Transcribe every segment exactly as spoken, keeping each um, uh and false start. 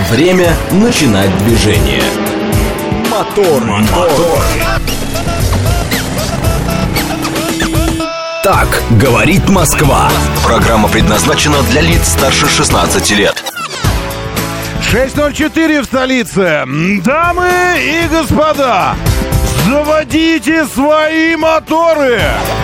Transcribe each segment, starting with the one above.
Время начинать движение. Мотор, мотор. Так говорит Москва. Программа предназначена для лиц старше шестнадцати лет. шесть ноль четыре в столице. Дамы и господа, заводите свои моторы.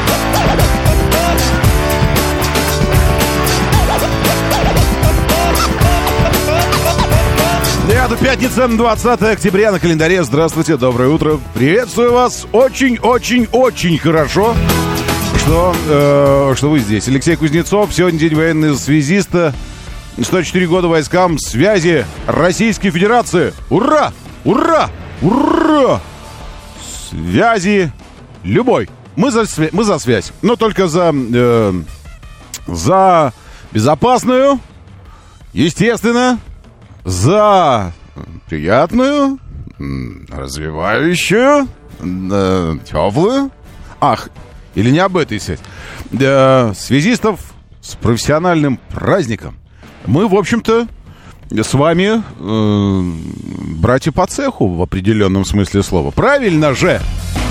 Это пятница, двадцатое октября на календаре. Здравствуйте, доброе утро. Приветствую вас. Очень-очень-очень хорошо, что, э, что вы здесь. Алексей Кузнецов. Сегодня день военного связиста. сто четыре года войскам связи Российской Федерации. Ура! Ура! Ура! Связи любой. Мы за, свя- мы за связь. Но только за, э, за безопасную, естественно, за приятную, развивающую, э, теплую. Ах, или не об этой связи. Э, связистов с профессиональным праздником. Мы, в общем-то, с вами э, братья по цеху в определенном смысле слова. Правильно же?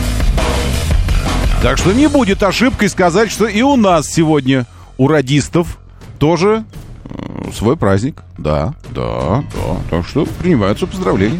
Так что не будет ошибкой сказать, что и у нас сегодня, у радистов, тоже э, свой праздник. Да, да, да. Так что принимаются поздравления.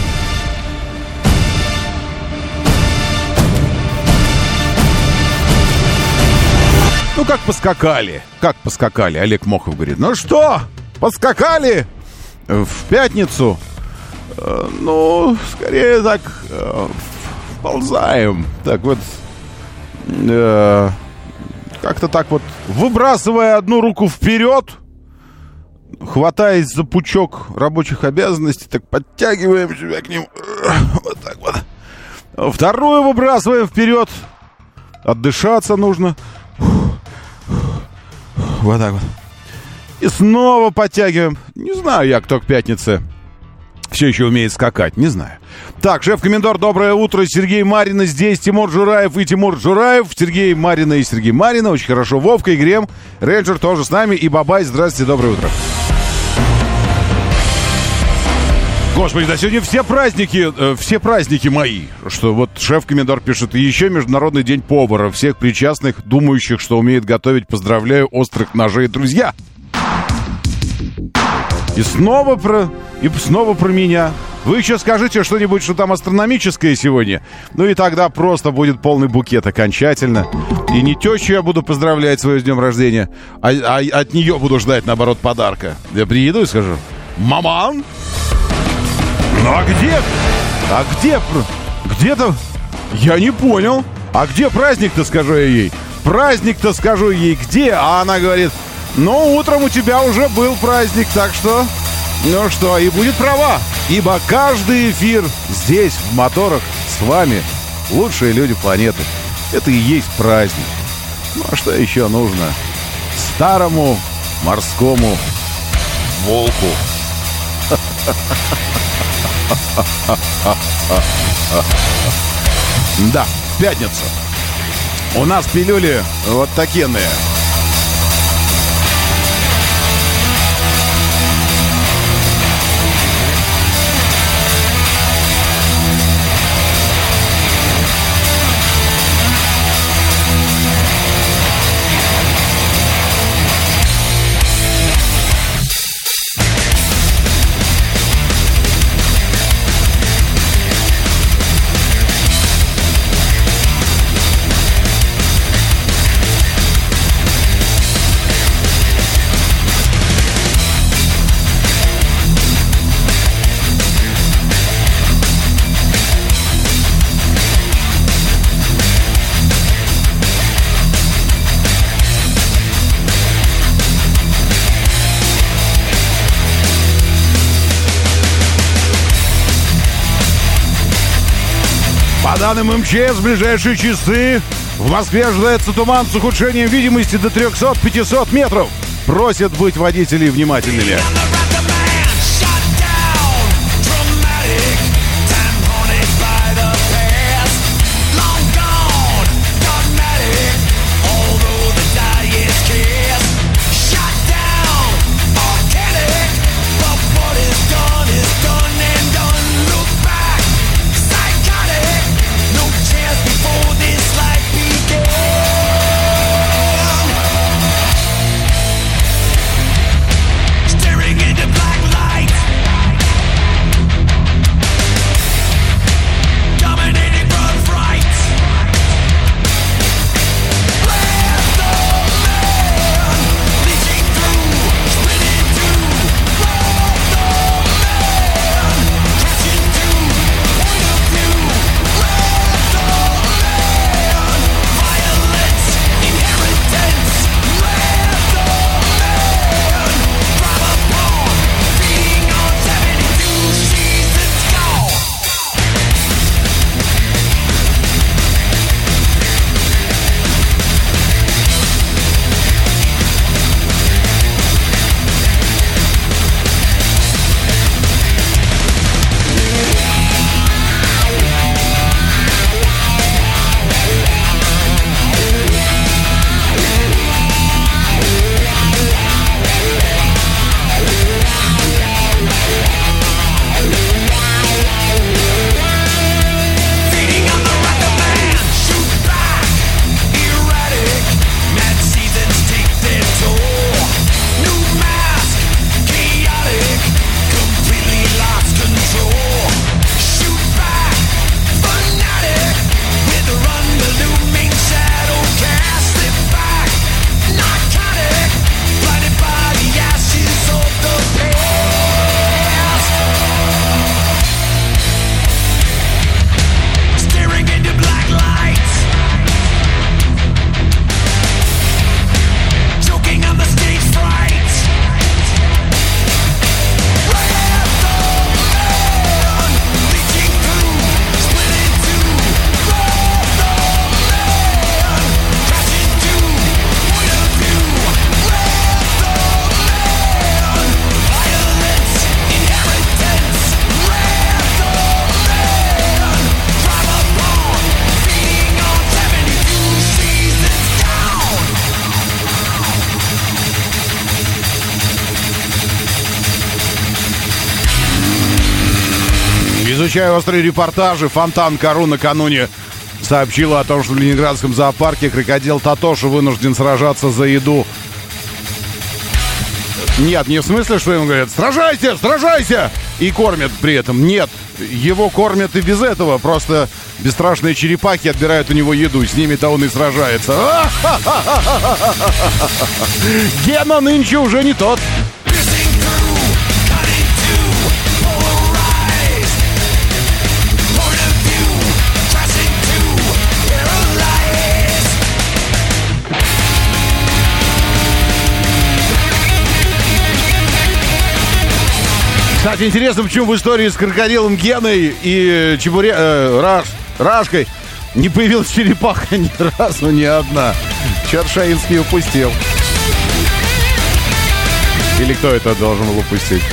Ну, как поскакали, как поскакали, Олег Мохов говорит. Ну что, поскакали в пятницу? Э, ну, скорее так, э, вползаем. Так вот, э, как-то так вот, выбрасывая одну руку вперед, хватаясь за пучок рабочих обязанностей, так подтягиваем себя к ним. Вот так вот. Вторую выбрасываем вперед. Отдышаться нужно. Вот так вот. И снова подтягиваем. Не знаю я, кто к пятнице все еще умеет скакать. Не знаю. Так, шеф-комендор, доброе утро. Сергей Марина здесь. Тимур Жураев и Тимур Жураев. Сергей Марина и Сергей Марина. Очень хорошо. Вовка и Грем. Рейнджер тоже с нами. И Бабай. Здравствуйте, доброе утро. Господи, да сегодня все праздники, э, все праздники мои. Что вот шеф-комендор пишет, и еще Международный день повара. Всех причастных, думающих, что умеет готовить, поздравляю, острых ножей, друзья. И снова про, и снова про меня. Вы еще скажите что-нибудь, что там астрономическое сегодня. Ну и тогда просто будет полный букет окончательно. И не тещу я буду поздравлять свое с днем рождения, а, а от нее буду ждать, наоборот, подарка. Я приеду и скажу: маман! Ну а где? А где? Где-то? Я не понял. А где праздник-то, скажу я ей. Праздник-то, скажу ей, где? А она говорит: ну, утром у тебя уже был праздник, так что... Ну что, и будет права. Ибо каждый эфир здесь, в моторах, с вами, лучшие люди планеты. Это и есть праздник. Ну а что еще нужно старому морскому волку? Да, пятница. У нас пилюли вот такенные. По данным эм че эс, в ближайшие часы в Москве ожидается туман с ухудшением видимости до триста-пятьсот метров. Просят быть водителей внимательными. Shut down, organic, but what is done? Изучая острые репортажи, Фонтан Кару накануне сообщила о том, что в ленинградском зоопарке крокодил Татоша вынужден сражаться за еду. Нет, не в смысле, что ему говорят «Сражайся! Сражайся!» и кормят при этом. Нет, его кормят и без этого. Просто бесстрашные черепахи отбирают у него еду. С ними-то он и сражается. Гена нынче уже не тот. Кстати, интересно, почему в истории с крокодилом Геной и Чебуре... Э, Раш, Рашкой не появилась черепаха ни разу, ни одна. Чё-то Шаинский упустил. Или кто это должен был упустить?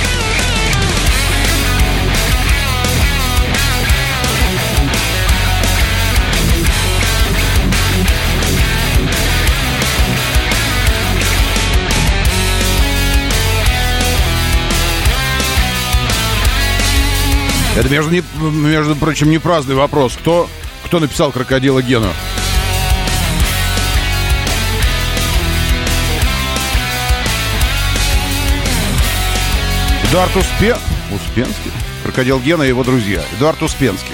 Это, между, не, между прочим, не праздный вопрос. Кто, кто написал крокодила Гену? Эдуард Успе... Успенский? Крокодил Гена и его друзья. Эдуард Успенский.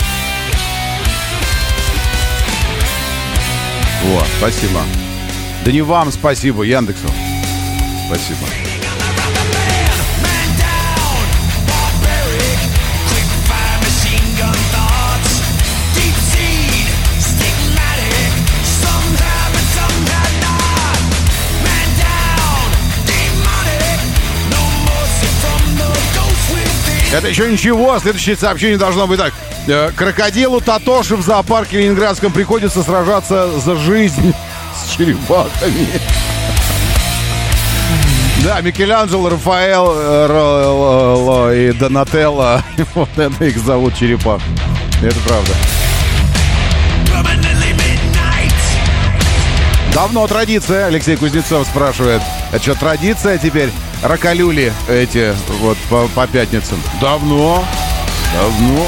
Вот, спасибо. Да не вам спасибо, Яндексу. Спасибо. Это еще ничего. Следующее сообщение должно быть так. Крокодилу Татоши в зоопарке ленинградском приходится сражаться за жизнь с черепахами. Да, Микеланджело, Рафаэл и Донателло. Вот это их зовут черепах. Это правда. Давно традиция, Алексей Кузнецов спрашивает. Это что, традиция теперь? Раколюли эти вот по, по пятницам. Давно, давно.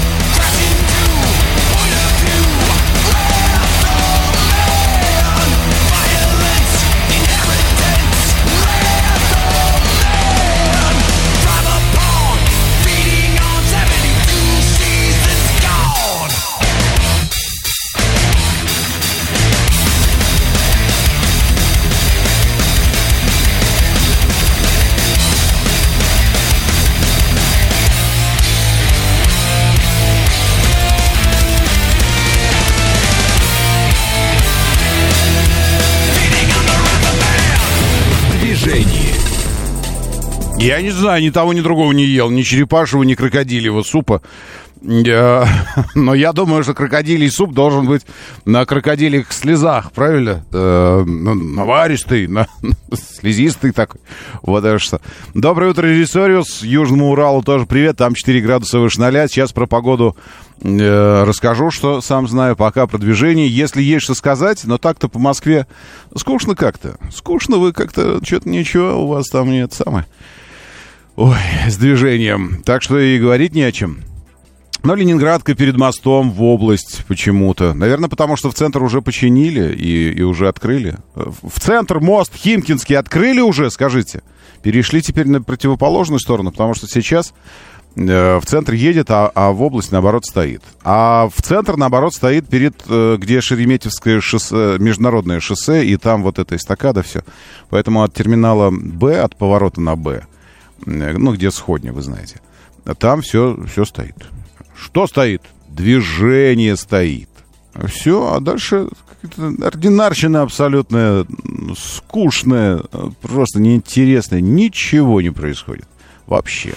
Я не знаю, ни того, ни другого не ел. Ни черепашьего, ни крокодилевого супа. Но я думаю, что крокодилий суп должен быть на крокодилях слезах, правильно? Наваристый, слезистый такой. Вот это что. Доброе утро, Режиссериус. Южному Уралу тоже привет. Там четыре градуса выше ноля. Сейчас про погоду расскажу, что сам знаю. Пока про движение. Если есть что сказать, но так-то по Москве скучно как-то. Скучно вы как-то, что-то ничего у вас там нет самое. Ой, с движением. Так что и говорить не о чем. Но Ленинградка перед мостом в область почему-то. Наверное, потому что в центр уже починили и, и уже открыли. В центр мост Химкинский открыли уже, скажите. Перешли теперь на противоположную сторону, потому что сейчас э, в центр едет, а, а в область, наоборот, стоит. А в центр, наоборот, стоит перед, э, где Шереметьевское шоссе, международное шоссе, и там вот эта эстакада, все. Поэтому от терминала Б, от поворота на Б, ну, где сходня, вы знаете, там все, все стоит. Что стоит? Движение стоит. Все, а дальше какая-то ординарщина абсолютная, скучная, просто неинтересная. Ничего не происходит. Вообще.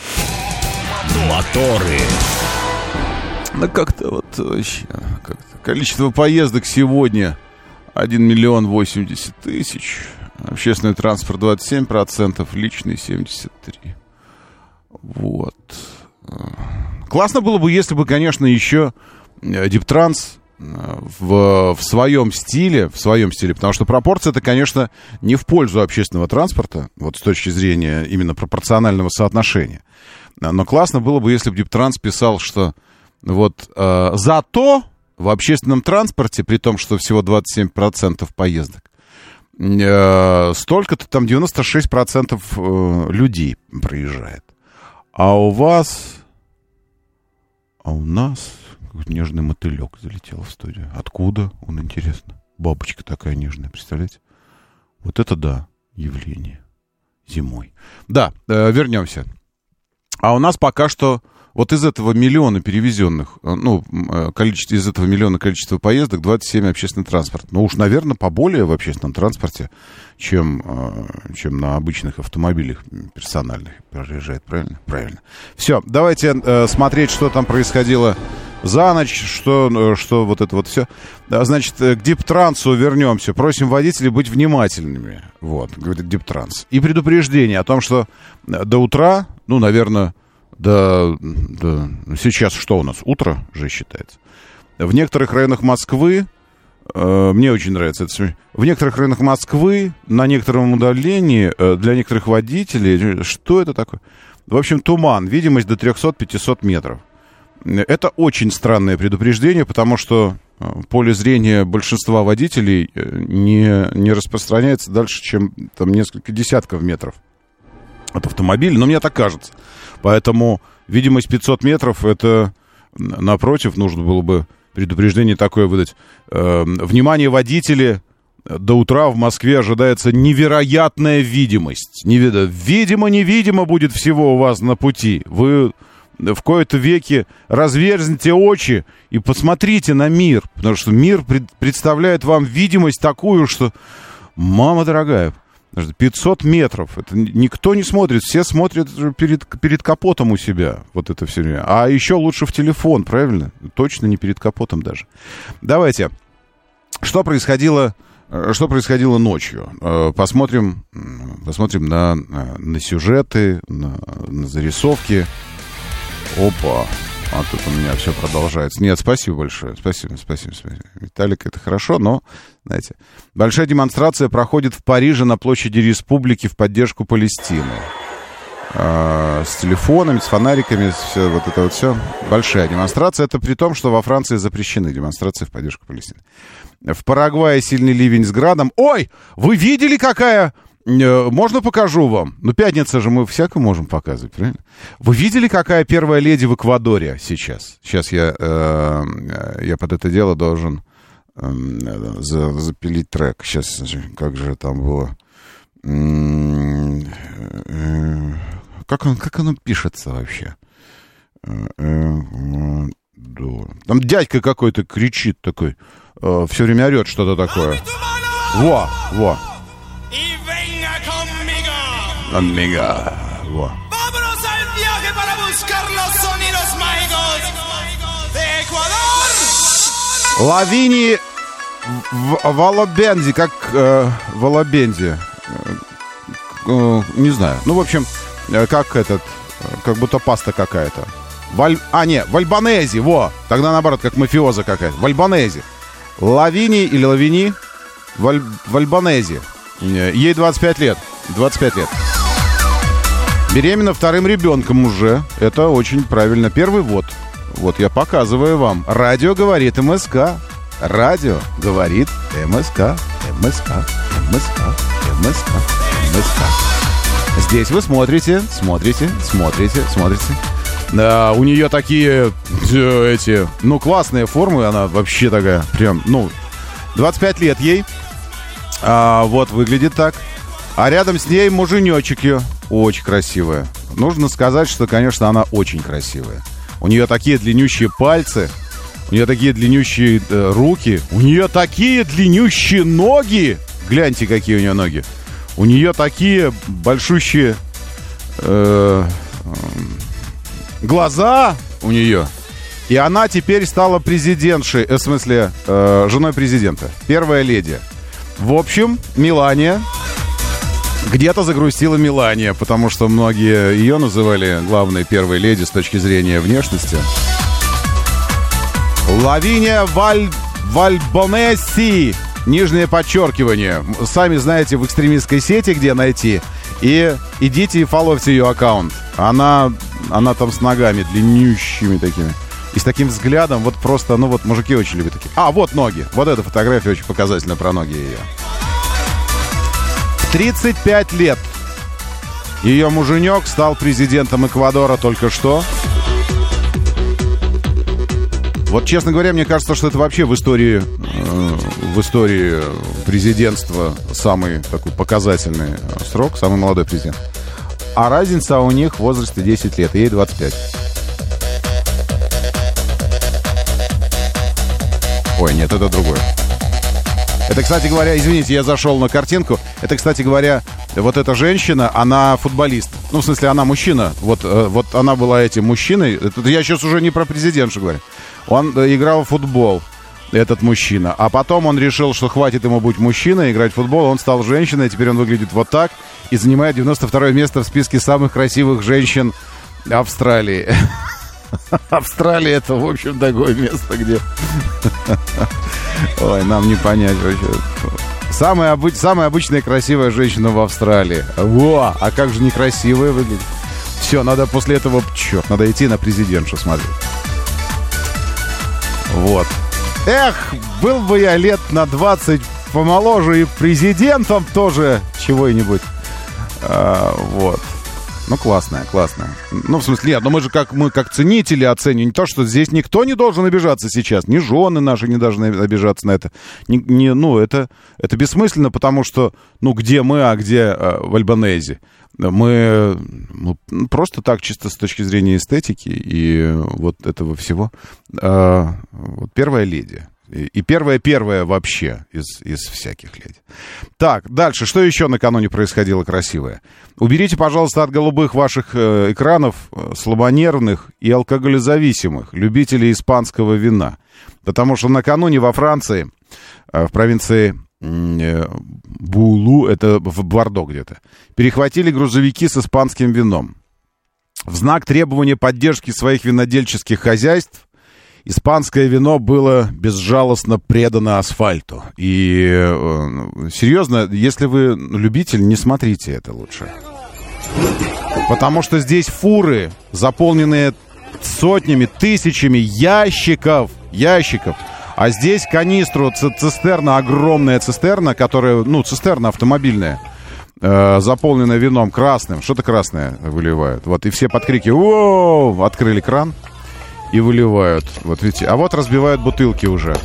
Моторы. Да как-то вот вообще... Как-то. Количество поездок сегодня один миллион восемьдесят тысяч. Общественный транспорт двадцать семь процентов, личный семьдесят три процента. Вот. Классно было бы, если бы, конечно, еще Диптранс в, в своем стиле, в своем стиле, потому что пропорция это, конечно, не в пользу общественного транспорта, вот с точки зрения именно пропорционального соотношения. Но классно было бы, если бы Диптранс писал, что вот э, зато в общественном транспорте, при том, что всего двадцать семь процентов поездок, э, столько-то там девяносто шесть процентов э, людей проезжает. А у вас... А у нас какой-то нежный мотылек залетел в студию. Откуда? Он, интересно. Бабочка такая нежная, представляете? Вот это да, явление зимой. Да, э, вернемся. А у нас пока что вот из этого миллиона перевезенных, ну, количество, из этого миллиона количества поездок двадцать семь общественный транспорт. Ну уж, наверное, поболее в общественном транспорте, чем, чем на обычных автомобилях персональных проезжает, правильно? Правильно. Все, давайте э, смотреть, что там происходило за ночь, что, что вот это вот все. Значит, к Диптрансу вернемся. Просим водителей быть внимательными. Вот, говорит Диптранс. И предупреждение о том, что до утра, ну, наверное, до, до... сейчас что у нас? Утро же считается. В некоторых районах Москвы, э, мне очень нравится это, в некоторых районах Москвы на некотором удалении э, для некоторых водителей, что это такое? В общем, туман, видимость до триста-пятьсот метров. Это очень странное предупреждение, потому что поле зрения большинства водителей не, не распространяется дальше, чем там несколько десятков метров от автомобиля, но мне так кажется. Поэтому видимость пятьсот метров, это, напротив, нужно было бы предупреждение такое выдать. Э, внимание, водители, до утра в Москве ожидается невероятная видимость. Видимо-невидимо будет всего у вас на пути. Вы... в кои-то веки разверзните очи и посмотрите на мир, потому что мир пред, представляет вам видимость такую, что, мама дорогая, пятьсот метров, это никто не смотрит, все смотрят перед, перед капотом у себя, вот это все время. А еще лучше в телефон, правильно? Точно не перед капотом даже. Давайте, что происходило, что происходило ночью? Посмотрим, посмотрим на, на сюжеты, на, на зарисовки. Опа, а тут у меня все продолжается. Нет, спасибо большое, спасибо, спасибо, спасибо. Виталик, это хорошо, но, знаете, большая демонстрация проходит в Париже на площади Республики в поддержку Палестины. А, с телефонами, с фонариками, все, вот это вот все. Большая демонстрация, это при том, что во Франции запрещены демонстрации в поддержку Палестины. В Парагвае сильный ливень с градом. Ой, вы видели, какая... Можно покажу вам? Ну, пятница же, мы всякое можем показывать, правильно? Вы видели, какая первая леди в Эквадоре сейчас? Сейчас я, э, я под это дело должен э, за, запилить трек. Сейчас, как же там было? Как, он, как оно пишется вообще? Там дядька какой-то кричит такой, э, все время орет что-то такое. Во, во. Amiga. Во. Лавини в Волобензе, как э, Волобензе. Э, не знаю. Ну, в общем, э, как этот, э, как будто паста какая-то. Валь... А, не, в Альбанезе, во. Тогда наоборот, как мафиоза какая-то. В Альбанезе. Лавини или Лавини в, Аль... в Альбанезе. Ей двадцать пять лет. двадцать пять лет. Беременна вторым ребенком уже. Это очень правильно. Первый вот. Вот я показываю вам. Радио говорит МСК. Радио говорит МСК. МСК. МСК. МСК. МСК. Здесь вы смотрите, смотрите, смотрите, смотрите. Да, у нее такие эти, ну, классные формы. Она вообще такая, прям, ну, двадцать пять лет ей. А, вот выглядит так. А рядом с ней муженечек ее. Очень красивая. Нужно сказать, что, конечно, она очень красивая. У нее такие длиннющие пальцы. У нее такие длиннющие э, руки. У нее такие длиннющие ноги. Гляньте, какие у нее ноги. У нее такие большущие э, э, глаза у нее. И она теперь стала президентшей, э, в смысле, э, женой президента. Первая леди. В общем, Мелания... Где-то загрустила Мелания, потому что многие ее называли главной первой леди с точки зрения внешности. Лавиния Валь... Вальбонесси. Нижнее подчеркивание. Сами знаете, в экстремистской сети, где найти. И идите и фоловьте ее аккаунт. Она, она там с ногами длиннющими такими. И с таким взглядом, вот просто, ну вот мужики очень любят такие. А, вот ноги. Вот эта фотография очень показательна про ноги ее. В тридцать пять лет ее муженек стал президентом Эквадора только что. Вот, честно говоря, мне кажется, что это вообще в истории, э, в истории президентства самый такой показательный срок, самый молодой президент. А разница у них в возрасте десять лет, ей двадцать пять. Ой, нет, это другое. Это, кстати говоря, извините, я зашел на картинку. Это, кстати говоря, вот эта женщина, она футболист. Ну, в смысле, она мужчина. Вот, вот она была этим мужчиной. Это, я сейчас уже не про президентшу говорю. Он играл в футбол, этот мужчина. А потом он решил, что хватит ему быть мужчиной, играть в футбол. Он стал женщиной, теперь он выглядит вот так. И занимает девяносто второе место в списке самых красивых женщин Австралии. Австралия — это, в общем, такое место, где... Ой, нам не понять вообще. Самая, обыч... Самая обычная красивая женщина в Австралии. Во! А как же некрасивая выглядит. Все, надо после этого... Черт, надо идти на президентшу смотреть. Вот. Эх, был бы я лет на двадцать помоложе и президентом тоже чего-нибудь. А, вот. Ну, классная, классная. Ну, в смысле, нет, но мы же как, мы как ценители оцениваем. Не то, что здесь никто не должен обижаться сейчас. Ни жены наши не должны обижаться на это. Не, не, ну, это, это бессмысленно, потому что, ну, где мы, а где э, в Альбанезе? Мы ну, просто так, чисто с точки зрения эстетики и вот этого всего. Э, вот первая леди. И первая-первая вообще из, из всяких леди. Так, дальше. Что еще накануне происходило красивое? Уберите, пожалуйста, от голубых ваших э, экранов слабонервных и алкоголезависимых любителей испанского вина. Потому что накануне во Франции, э, в провинции э, Булу, это в Бордо где-то, перехватили грузовики с испанским вином. В знак требования поддержки своих винодельческих хозяйств испанское вино было безжалостно предано асфальту. И э, серьезно, если вы любитель, не смотрите это лучше. Потому что здесь фуры, заполненные сотнями, тысячами ящиков, ящиков. А здесь канистру, цистерна, огромная цистерна, которая, ну, цистерна автомобильная, э, заполненная вином красным. Что-то красное выливают. Вот, и все под крики «Воу!» открыли кран. И выливают. Вот видите. А вот разбивают бутылки уже.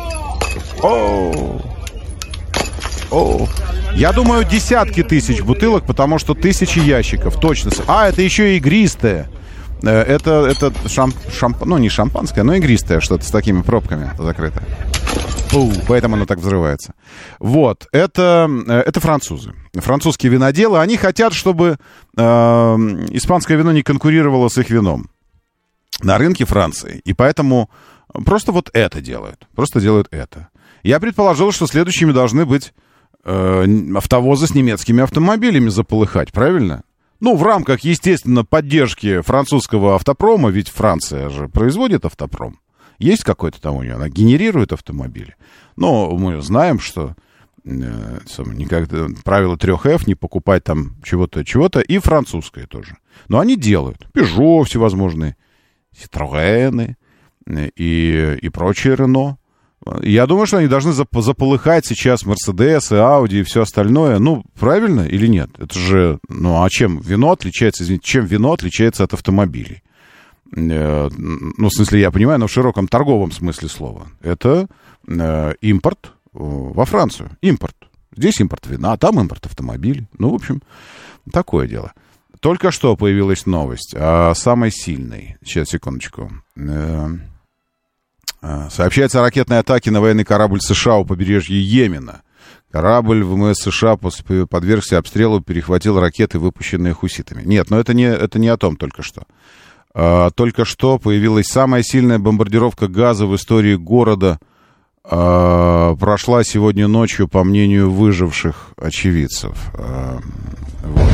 Оу. Оу. Я думаю, десятки тысяч бутылок, потому что тысячи ящиков. Точно. А, это еще и игристое. Это, это шамп, шамп, ну, не шампанское, но игристое что-то с такими пробками закрытое. Пу, поэтому оно так взрывается. Вот. Это, это французы. Французские виноделы. Они хотят, чтобы э, испанское вино не конкурировало с их вином на рынке Франции. И поэтому просто вот это делают. Просто делают это. Я предположил, что следующими должны быть э, автовозы с немецкими автомобилями заполыхать. Правильно? Ну, в рамках, естественно, поддержки французского автопрома, ведь Франция же производит автопром. Есть какой-то там у нее, она генерирует автомобили. Но мы знаем, что э, никогда, правило трех эф, не покупать там чего-то, чего-то, и французское тоже. Но они делают. Peugeot всевозможные, Citroёны и, и прочее Рено. Я думаю, что они должны зап- заполыхать сейчас Мерседес и Ауди и все остальное. Ну, правильно или нет? Это же, ну, а чем вино отличается, извините, чем вино отличается от автомобилей? Э, ну, в смысле, я понимаю, но в широком торговом смысле слова. Это э, импорт во Францию. Импорт. Здесь импорт вина, а там импорт автомобилей. Ну, в общем, такое дело. Только что появилась новость о самой сильной. Сейчас, секундочку. Сообщается о ракетной атаке на военный корабль США у побережья Йемена. Корабль ВМС США после подвергся обстрелу, перехватил ракеты, выпущенные хуситами. Нет, но это не, это не о том только что. Только что появилась самая сильная бомбардировка газа в истории города. Прошла сегодня ночью, по мнению выживших очевидцев. Вот.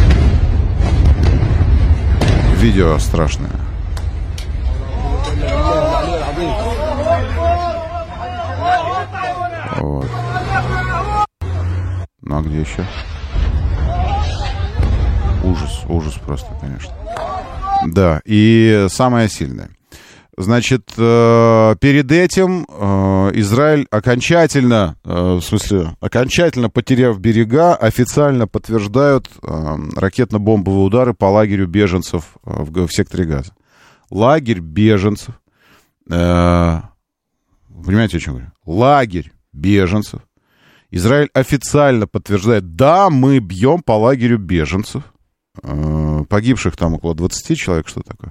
Видео страшное. где еще? Ужас, ужас просто, конечно. Да, и самое сильное. Значит, перед этим Израиль окончательно, в смысле, окончательно потеряв берега, официально подтверждают ракетно-бомбовые удары по лагерю беженцев в секторе Газа. Лагерь беженцев. Понимаете, о чем говорю? Лагерь беженцев. Израиль официально подтверждает, да, мы бьем по лагерю беженцев. Погибших там около двадцати человек, что такое.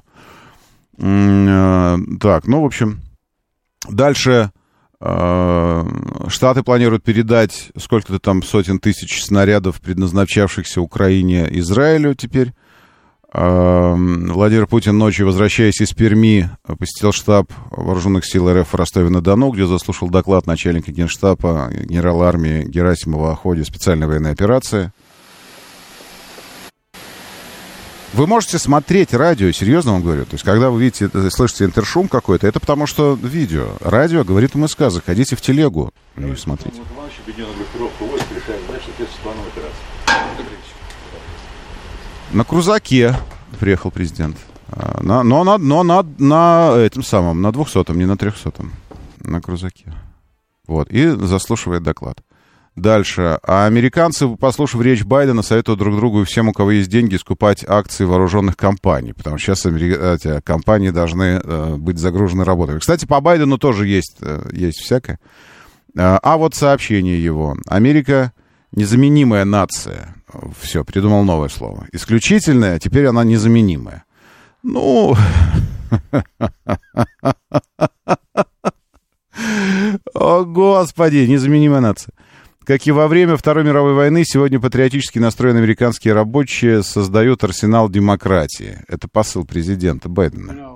Так, ну, в общем, дальше Штаты планируют передать сколько-то там сотен тысяч снарядов, предназначавшихся Украине, Израилю теперь. Владимир Путин ночью, возвращаясь из Перми, посетил штаб вооруженных сил РФ в Ростове-на-Дону, где заслушал доклад начальника генштаба генерала армии Герасимова о ходе специальной военной операции. Вы можете смотреть радио, серьезно вам говорю. То есть, когда вы видите, слышите интершум какой-то, это потому что видео. Радио говорит МСК. Заходите в телегу и смотрите. На крузаке приехал президент. На, но на, но на, на этом самом, на двухсотом, не на трехсотом. На крузаке. Вот. И заслушивает доклад. Дальше. А американцы, послушав речь Байдена, советуют друг другу и всем, у кого есть деньги, скупать акции вооруженных компаний. Потому что сейчас эти компании должны э, быть загружены работой. Кстати, по Байдену тоже есть, э, есть всякое. А, а вот сообщение его. Америка незаменимая нация. Все, придумал новое слово. Исключительная, теперь она незаменимая. Ну... О, Господи, незаменимая нация. Как и во время Второй мировой войны, сегодня патриотически настроенные американские рабочие создают арсенал демократии. Это посыл президента Байдена.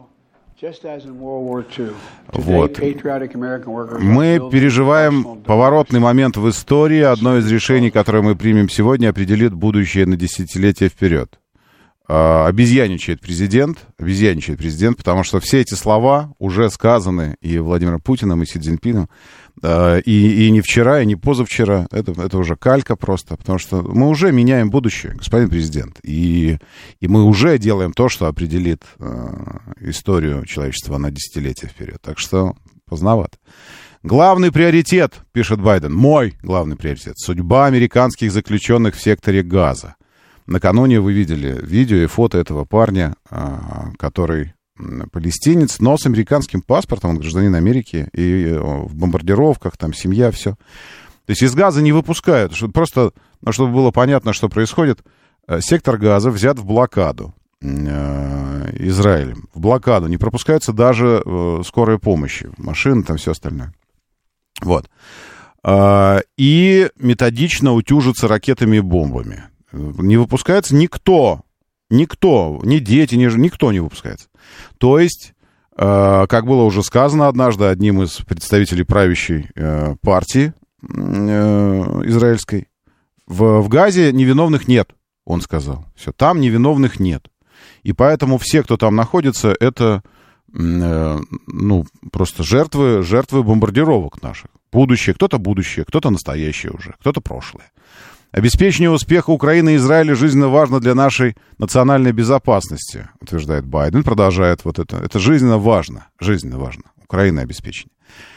Вот. Мы переживаем поворотный момент в истории. Одно из решений, которое мы примем сегодня, определит будущее на десятилетия вперед. Обезьяничает президент, обезьяничает президент, потому что все эти слова уже сказаны и Владимиром Путиным, и Си Цзиньпином, и, и не вчера, и не позавчера. Это, это уже калька просто, потому что мы уже меняем будущее, господин президент, и, и мы уже делаем то, что определит э, историю человечества на десятилетия вперед. Так что поздновато. Главный приоритет, пишет Байден, мой главный приоритет, судьба американских заключенных в секторе Газа. Накануне вы видели видео и фото этого парня, который палестинец, но с американским паспортом, он гражданин Америки, и в бомбардировках, там семья, все. То есть из Газа не выпускают. Просто, ну, чтобы было понятно, что происходит, сектор Газа взят в блокаду Израилем. В блокаду. Не пропускаются даже скорые помощи, машины, там все остальное. Вот. И методично утюжатся ракетами и бомбами. Не выпускается никто, никто, ни дети, ни, никто не выпускается. То есть, э, как было уже сказано однажды одним из представителей правящей э, партии э, израильской, в, в Газе невиновных нет, он сказал. Все, там невиновных нет. И поэтому все, кто там находится, это э, ну, просто жертвы, жертвы бомбардировок наших. Будущее, кто-то будущее, кто-то настоящее уже, кто-то прошлое. Обеспечение успеха Украины и Израиля жизненно важно для нашей национальной безопасности, утверждает Байден. Продолжает вот это. Это жизненно важно. Жизненно важно. Украина обеспечение.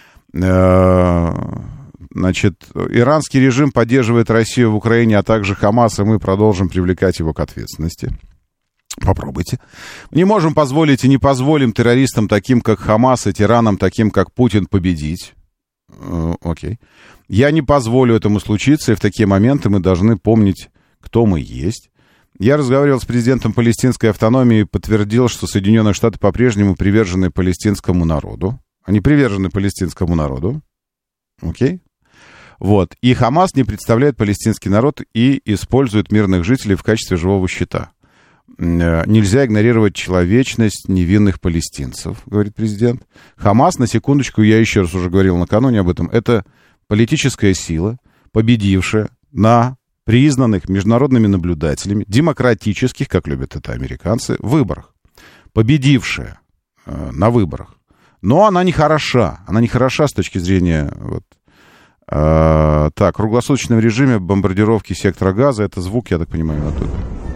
Значит, иранский режим поддерживает Россию в Украине, а также Хамас, и мы продолжим привлекать его к ответственности. Попробуйте. Не можем позволить и не позволим террористам, таким как Хамас, и тиранам, таким как Путин, победить. Окей. Я не позволю этому случиться, и в такие моменты мы должны помнить, кто мы есть. Я разговаривал с президентом палестинской автономии и подтвердил, что Соединенные Штаты по-прежнему привержены палестинскому народу. Они привержены палестинскому народу. Окей. Вот. И Хамас не представляет палестинский народ и использует мирных жителей в качестве живого щита. Нельзя игнорировать человечность невинных палестинцев, говорит президент. Хамас, на секундочку, я еще раз уже говорил накануне об этом, это политическая сила, победившая на признанных международными наблюдателями, демократических, как любят это американцы, выборах. Победившая э, на выборах. Но она не хороша. Она не хороша с точки зрения вот, А, так, в круглосуточном режиме бомбардировки сектора Газа. Это звук, я так понимаю, оттуда.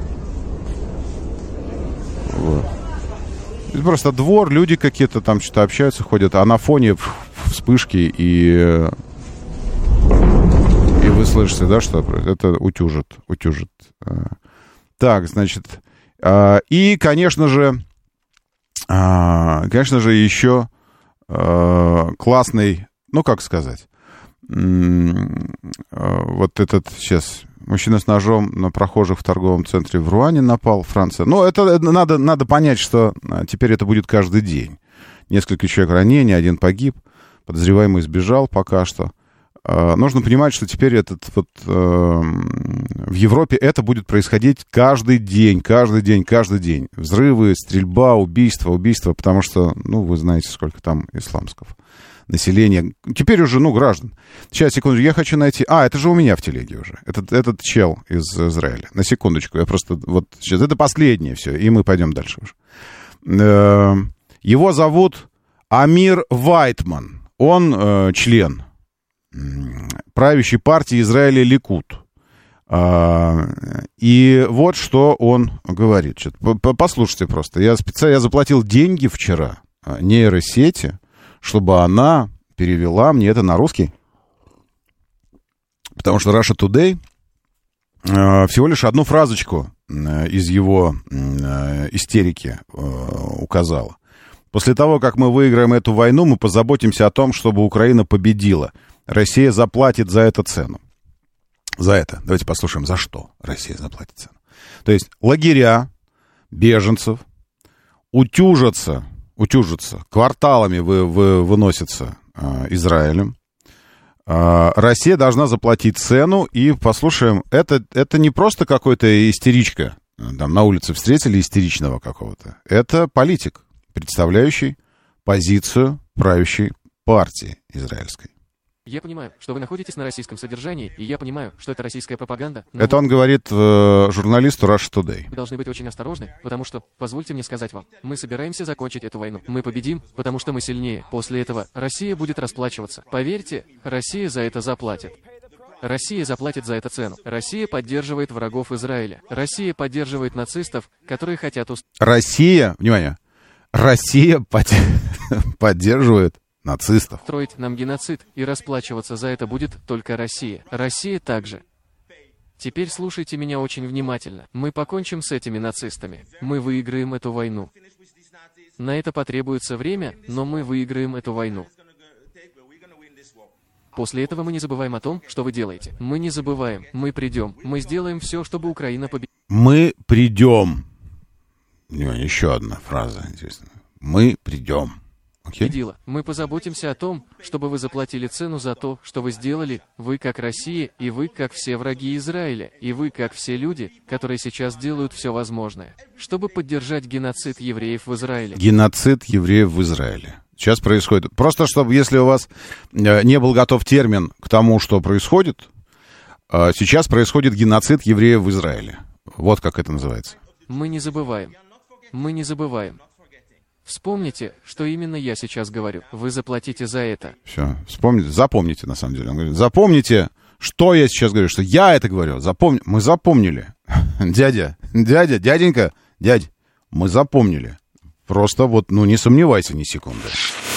Вот. Это просто двор, люди какие-то там что-то общаются, ходят, а на фоне вспышки и... И вы слышите, да, что это утюжит, утюжит. Так, значит... И, конечно же, конечно же, еще классный, ну, как сказать, вот этот сейчас мужчина с ножом на прохожих в торговом центре в Руане напал, Франция. Ну, это, это надо, надо понять, что теперь это будет каждый день. Несколько человек ранений, один погиб, подозреваемый сбежал пока что. Нужно понимать, что теперь этот вот, э, в Европе это будет происходить каждый день, каждый день, каждый день. Взрывы, стрельба, убийства, убийства, потому что, ну, вы знаете, сколько там исламского населения. Теперь уже, ну, граждан. Сейчас, секунду, я хочу найти... А, это же у меня в телеге уже. Этот, этот чел из Израиля. На секундочку, я просто... Вот сейчас, это последнее все, и мы пойдем дальше уже. Э, его зовут Амир Вайтман. Он э, член правящей партии Израиля Ликуд. А, и вот что он говорит. Послушайте просто. Я специально я заплатил деньги вчера нейросети, чтобы она перевела мне это на русский. Потому что Russia Today а, всего лишь одну фразочку из его а, истерики а, указала. После того, как мы выиграем эту войну, мы позаботимся о том, чтобы Украина победила. Россия заплатит за это цену. За это. Давайте послушаем, за что Россия заплатит цену. То есть лагеря беженцев утюжатся, утюжатся кварталами вы, вы, выносятся э, Израилем. Э, Россия должна заплатить цену. И послушаем, это, это не просто какой-то истеричка. Там на улице встретили истеричного какого-то. Это политик, представляющий позицию правящей партии израильской. Я понимаю, что вы находитесь на российском содержании, и я понимаю, что это российская пропаганда. Это он говорит э, журналисту Russia Today. Вы должны быть очень осторожны, потому что, позвольте мне сказать вам, мы собираемся закончить эту войну. Мы победим, потому что мы сильнее. После этого Россия будет расплачиваться. Поверьте, Россия за это заплатит. Россия заплатит за это цену. Россия поддерживает врагов Израиля. Россия поддерживает нацистов, которые хотят... Уст... Россия, внимание, Россия под... поддерживает... нацистов. Строить нам геноцид, и расплачиваться за это будет только Россия. Россия также. Теперь слушайте меня очень внимательно. Мы покончим с этими нацистами. Мы выиграем эту войну. На это потребуется время, но мы выиграем эту войну. После этого мы не забываем о том, что вы делаете. Мы не забываем. Мы придем. Мы сделаем все, чтобы Украина победила. Мы придем. Еще одна фраза интересная. Мы придем. Okay. Победила. Мы позаботимся о том, чтобы вы заплатили цену за то, что вы сделали, вы как Россия, и вы как все враги Израиля, и вы как все люди, которые сейчас делают все возможное, чтобы поддержать геноцид евреев в Израиле. Геноцид евреев в Израиле. Сейчас происходит. Просто чтобы, если у вас не был готов термин к тому, что происходит, сейчас происходит геноцид евреев в Израиле. Вот как это называется. Мы не забываем. Мы не забываем. Вспомните, что именно я сейчас говорю. Вы заплатите за это. Все, вспомните, запомните, на самом деле. Он говорит, запомните, что я сейчас говорю, что я это говорю. Запомни... Мы запомнили. Дядя, дядя, дяденька, дядь, мы запомнили. Просто вот, ну, не сомневайся ни секунды.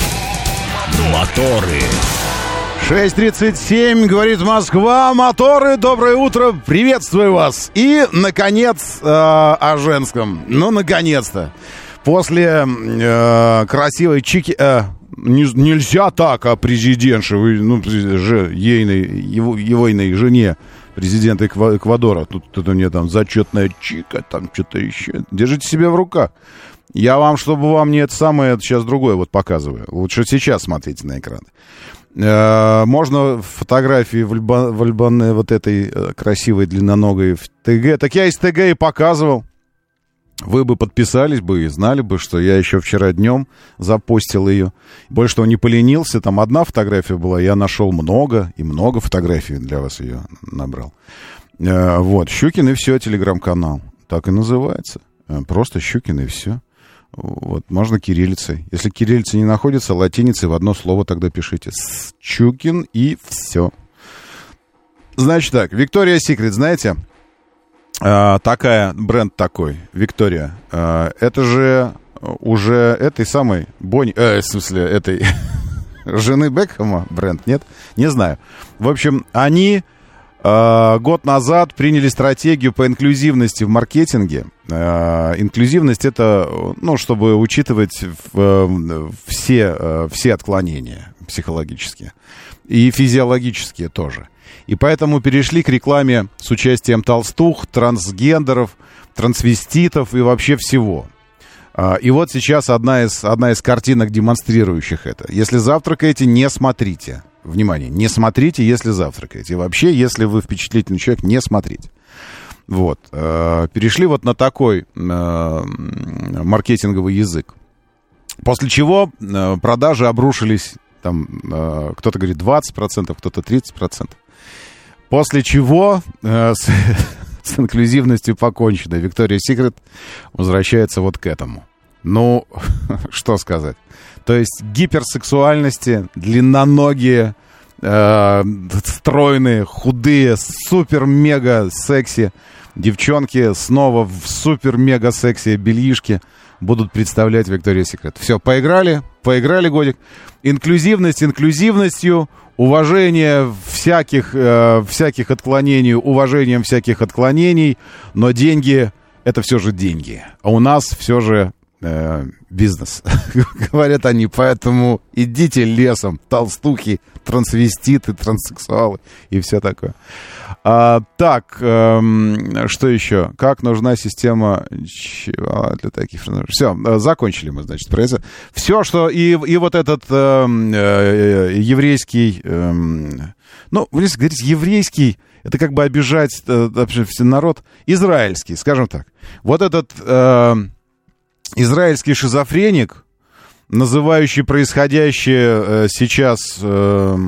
Моторы. шесть тридцать семь, говорит Москва. Моторы, доброе утро, приветствую вас. И, наконец, э, о женском. Ну, наконец-то. После э, красивой чики... Э, не, нельзя так о президентше, ну, же, ейной, его, егойной жене президента Эквадора. Тут, тут у нее там зачетная чика, там что-то еще. Держите себя в руках. Я вам, чтобы вам не это самое, сейчас другое вот показываю. Лучше сейчас смотрите на экран. Э, можно фотографии в, Альба, в Альбане вот этой э, красивой длинноногой в ТГ. Так я из ТГ и показывал. Вы бы подписались бы и знали бы, что я еще вчера днем запостил ее. Больше того, не поленился. Там одна фотография была. Я нашел много и много фотографий для вас ее набрал. Э, вот. Щукин и все, телеграм-канал. Так и называется. Просто Щукин и все. Вот. Можно кириллицей. Если кириллица не находится, латиницей в одно слово тогда пишите. Щукин и все. Значит так, Victoria's Secret, знаете, а, такая, бренд такой, Victoria, а, это же уже этой самой Бонни, э, в смысле, этой жены Бекхэма бренд, нет? Не знаю. В общем, они а, год назад приняли стратегию по инклюзивности в маркетинге. А, инклюзивность это, ну, чтобы учитывать в, все, все отклонения психологические и физиологические тоже. И поэтому перешли к рекламе с участием толстух, трансгендеров, трансвеститов и вообще всего. И вот сейчас одна из, одна из картинок, демонстрирующих это. Если завтракаете, не смотрите. Внимание, не смотрите, если завтракаете. И вообще, если вы впечатлительный человек, не смотрите. Вот. Перешли вот на такой маркетинговый язык. После чего продажи обрушились, там, кто-то говорит двадцать процентов, кто-то тридцать процентов. После чего э, с, с инклюзивностью покончено. Victoria's Secret возвращается вот к этому. Ну, что сказать. То есть гиперсексуальности, длинноногие, э, стройные, худые, супер-мега-секси девчонки снова в супер-мега-секси бельишки будут представлять Victoria's Secret. Все, поиграли, поиграли годик. Инклюзивность инклюзивностью, уважение всяких, э, всяких отклонений, уважением всяких отклонений, но деньги — это все же деньги. А у нас все же э, бизнес, говорят они. Поэтому идите лесом, толстухи, трансвеститы, транссексуалы и все такое. А, так, эм, что еще? Как нужна система для таких... Все, закончили мы, значит, про это. Все, что... И, и вот этот э, э, еврейский... Э, ну, если говорить еврейский, это как бы обижать э, вообще народ. Израильский, скажем так. Вот этот э, израильский шизофреник, называющий происходящее э, сейчас э,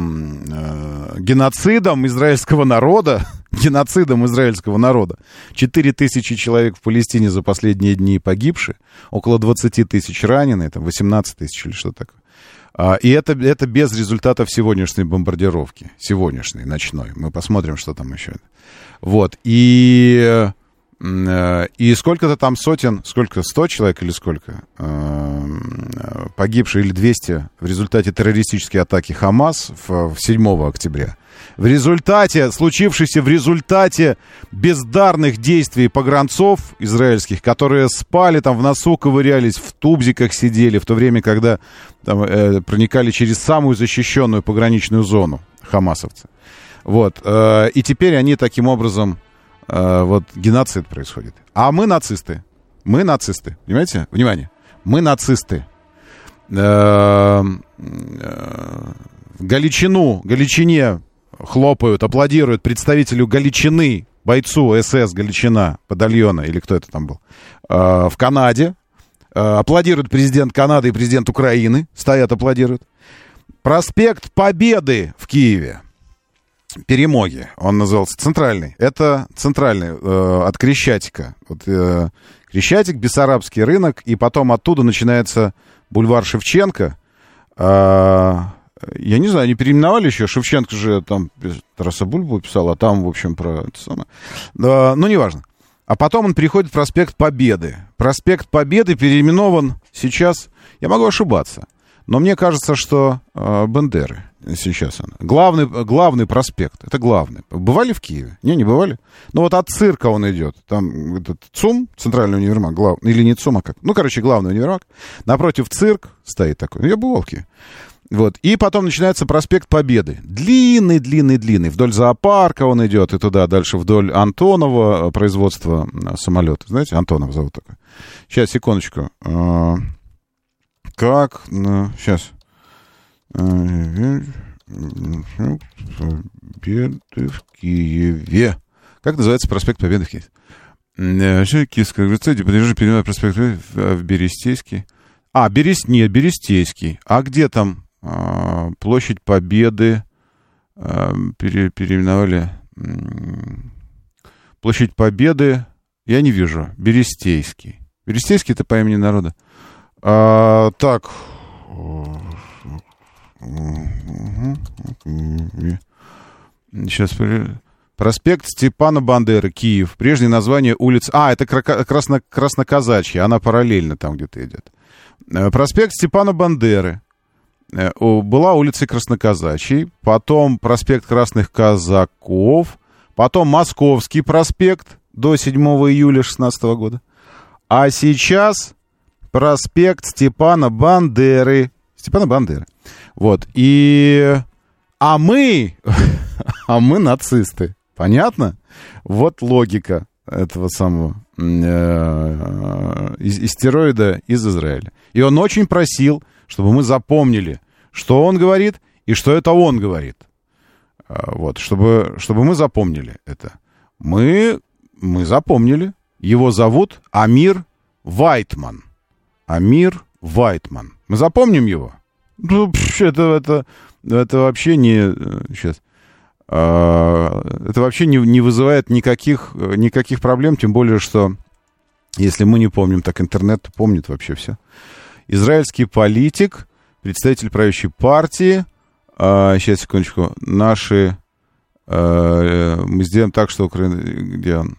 э, геноцидом израильского народа, геноцидом израильского народа. четыре тысячи человек в Палестине за последние дни погибшие, около двадцать тысяч раненые, там восемнадцать тысяч или что такое. А, и это, это без результатов сегодняшней бомбардировки, сегодняшней, ночной. Мы посмотрим, что там еще. Вот, и... И сколько-то там сотен, сколько, сто человек или сколько, погибшие или двести в результате террористической атаки Хамас в седьмого октября. В результате, случившейся в результате бездарных действий погранцов израильских, которые спали там в носу, ковырялись, в тубзиках сидели, в то время, когда там, э, проникали через самую защищенную пограничную зону хамасовцы. Вот, э, и теперь они таким образом... Вот геноцид происходит. А мы нацисты. Мы нацисты. Понимаете? Внимание. Мы нацисты. В Галичину, Галичине хлопают, аплодируют представителю Галичины, бойцу СС Галичина, батальона, или кто это там был, в Канаде. Аплодирует президент Канады и президент Украины. Стоят, аплодируют. Проспект Победы в Киеве. Перемоги, он назывался центральный. Это центральный, э, от Крещатика. Вот, э, Крещатик, Бессарабский рынок, и потом оттуда начинается бульвар Шевченко. Э, я не знаю, они переименовали еще. Шевченко же там Тараса Бульбу писал, а там, в общем, про это самое. Э, ну, неважно. А потом он переходит в проспект Победы. Проспект Победы переименован сейчас, я могу ошибаться, но мне кажется, что э, Бандеры. Сейчас она. Главный, главный проспект. Это главный. Бывали в Киеве? Не, не бывали. Ну вот от цирка он идет. Там этот ЦУМ, центральный универмаг, глав... или не ЦУМ, а как? Ну, короче, главный универмаг. Напротив цирк стоит такой. Я бывал в Киеве. Вот. И потом начинается проспект Победы. Длинный, длинный, длинный. Вдоль зоопарка он идет. И туда дальше вдоль Антонова производства самолета. Знаете, Антонов зовут такой. Сейчас, секундочку. Как? Сейчас. Победы в Киеве. Как называется проспект Победы в Киеве? Киевская улица, подъезжай, переименовать проспект в Берестейский. А, Берест... нет, Берестейский. А где там а, площадь Победы? А, пере... Переименовали. Площадь Победы. Я не вижу. Берестейский. Берестейский — это по имени народа. А, так. Сейчас. Проспект Степана Бандеры, Киев. Прежнее название улицы... А, это Красно... Красноказачья, она параллельно там где-то идет. Проспект Степана Бандеры. Была улицей Красноказачьей. Потом проспект Красных Казаков. Потом Московский проспект до седьмого июля шестнадцатого года. А сейчас проспект Степана Бандеры. Степана Бандеры. Вот. И... А мы... а мы нацисты. Понятно? Вот логика этого самого э, истероида из Израиля. И он очень просил, чтобы мы запомнили, что он говорит и что это он говорит. Вот, чтобы, чтобы мы запомнили это. Мы, мы запомнили. Его зовут Амир Вайтман. Амир Вайтман. Мы запомним его? Ну, это, это, это вообще не... Сейчас... Это вообще не, не вызывает никаких, никаких проблем, тем более, что если мы не помним, так интернет помнит вообще все. Израильский политик, представитель правящей партии. Сейчас, секундочку. Наши... Мы сделаем так, что Украина... Где он?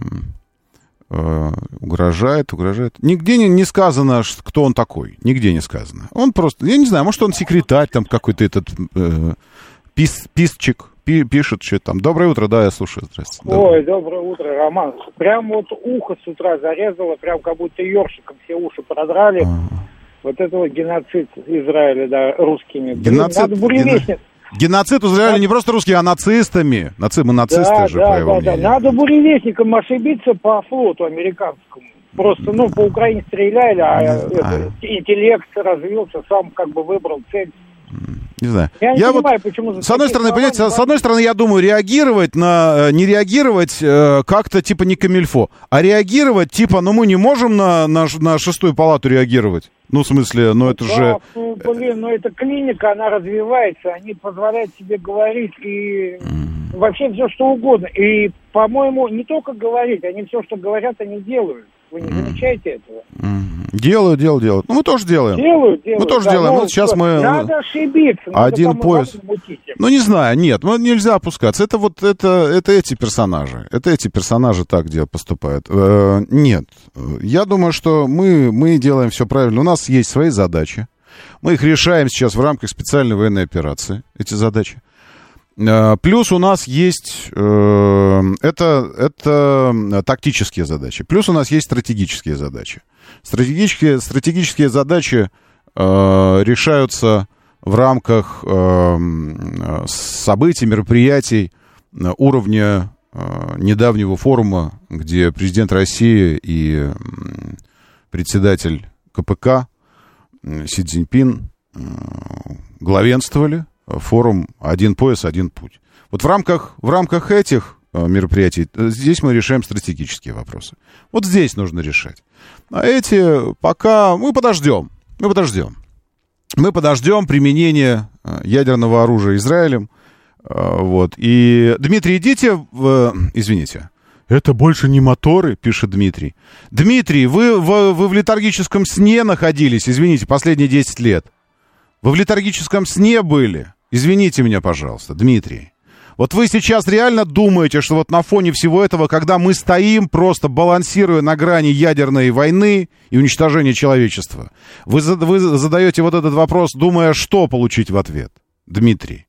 Угрожает, угрожает. Нигде не, не сказано, кто он такой. Нигде не сказано. Он просто... Я не знаю, может, он секретарь там какой-то этот... Э, пис, писчик. Пишет что-то там. Доброе утро, да, я слушаю. Здравствуйте. Ой, доброе утро, Роман. Прям вот ухо с утра зарезало, прям как будто ёршиком все уши продрали. А-а-а. Вот это вот геноцид Израиля, да, русскими. Геноцид, Надо буревестник. Геноцид в Израиле да. Не просто русские, а нацистами. Наци... Мы нацисты да, же, да, по его да, мнению. Да. Надо буревестником ошибиться по флоту американскому. Просто, ну, по Украине стреляли, а, это, интеллект развился, сам как бы выбрал цель. Не знаю. Я не я понимаю, вот, почему... С одной стороны, понимаете, с одной стороны, я думаю, реагировать на... Не реагировать э, как-то типа не камильфо, а реагировать типа, ну мы не можем на, на, на шестую палату реагировать. Ну, в смысле, ну это да, же... Ну, блин, ну это клиника, она развивается, они позволяют себе говорить и mm. вообще все что угодно. И, по-моему, не только говорить, они все, что говорят, они делают. Вы не замечаете этого? Делают, делают, делают. Ну, мы тоже делаем. Делают, делают. Мы тоже да, делаем. Ну, вот сейчас мы... Надо ошибиться. Надо один пояс. Ну, не знаю, нет, ну, нельзя опускаться. Это вот, это, это эти персонажи. Это эти персонажи так где поступают. Э, нет. Я думаю, что мы, мы делаем все правильно. У нас есть свои задачи. Мы их решаем сейчас в рамках специальной военной операции, эти задачи. Плюс у нас есть э, это, это тактические задачи. Плюс у нас есть стратегические задачи. Стратегические, стратегические задачи э, решаются в рамках э, событий, мероприятий уровня э, недавнего форума, где президент России и председатель ка пэ ка Си Цзиньпин э, главенствовали. Форум «Один пояс, один путь». Вот в рамках, в рамках этих мероприятий здесь мы решаем стратегические вопросы. Вот здесь нужно решать. А эти пока мы подождем. Мы подождем. Мы подождем применения ядерного оружия Израилем. Вот. И, Дмитрий, идите в... Извините. Это больше не моторы, пишет Дмитрий. Дмитрий, вы, вы, вы в летаргическом сне находились, извините, последние десять лет. Вы в летаргическом сне были. Извините меня, пожалуйста, Дмитрий. Вот вы сейчас реально думаете, что вот на фоне всего этого, когда мы стоим, просто балансируя на грани ядерной войны и уничтожения человечества, вы, вы задаете вот этот вопрос, думая, что получить в ответ? Дмитрий,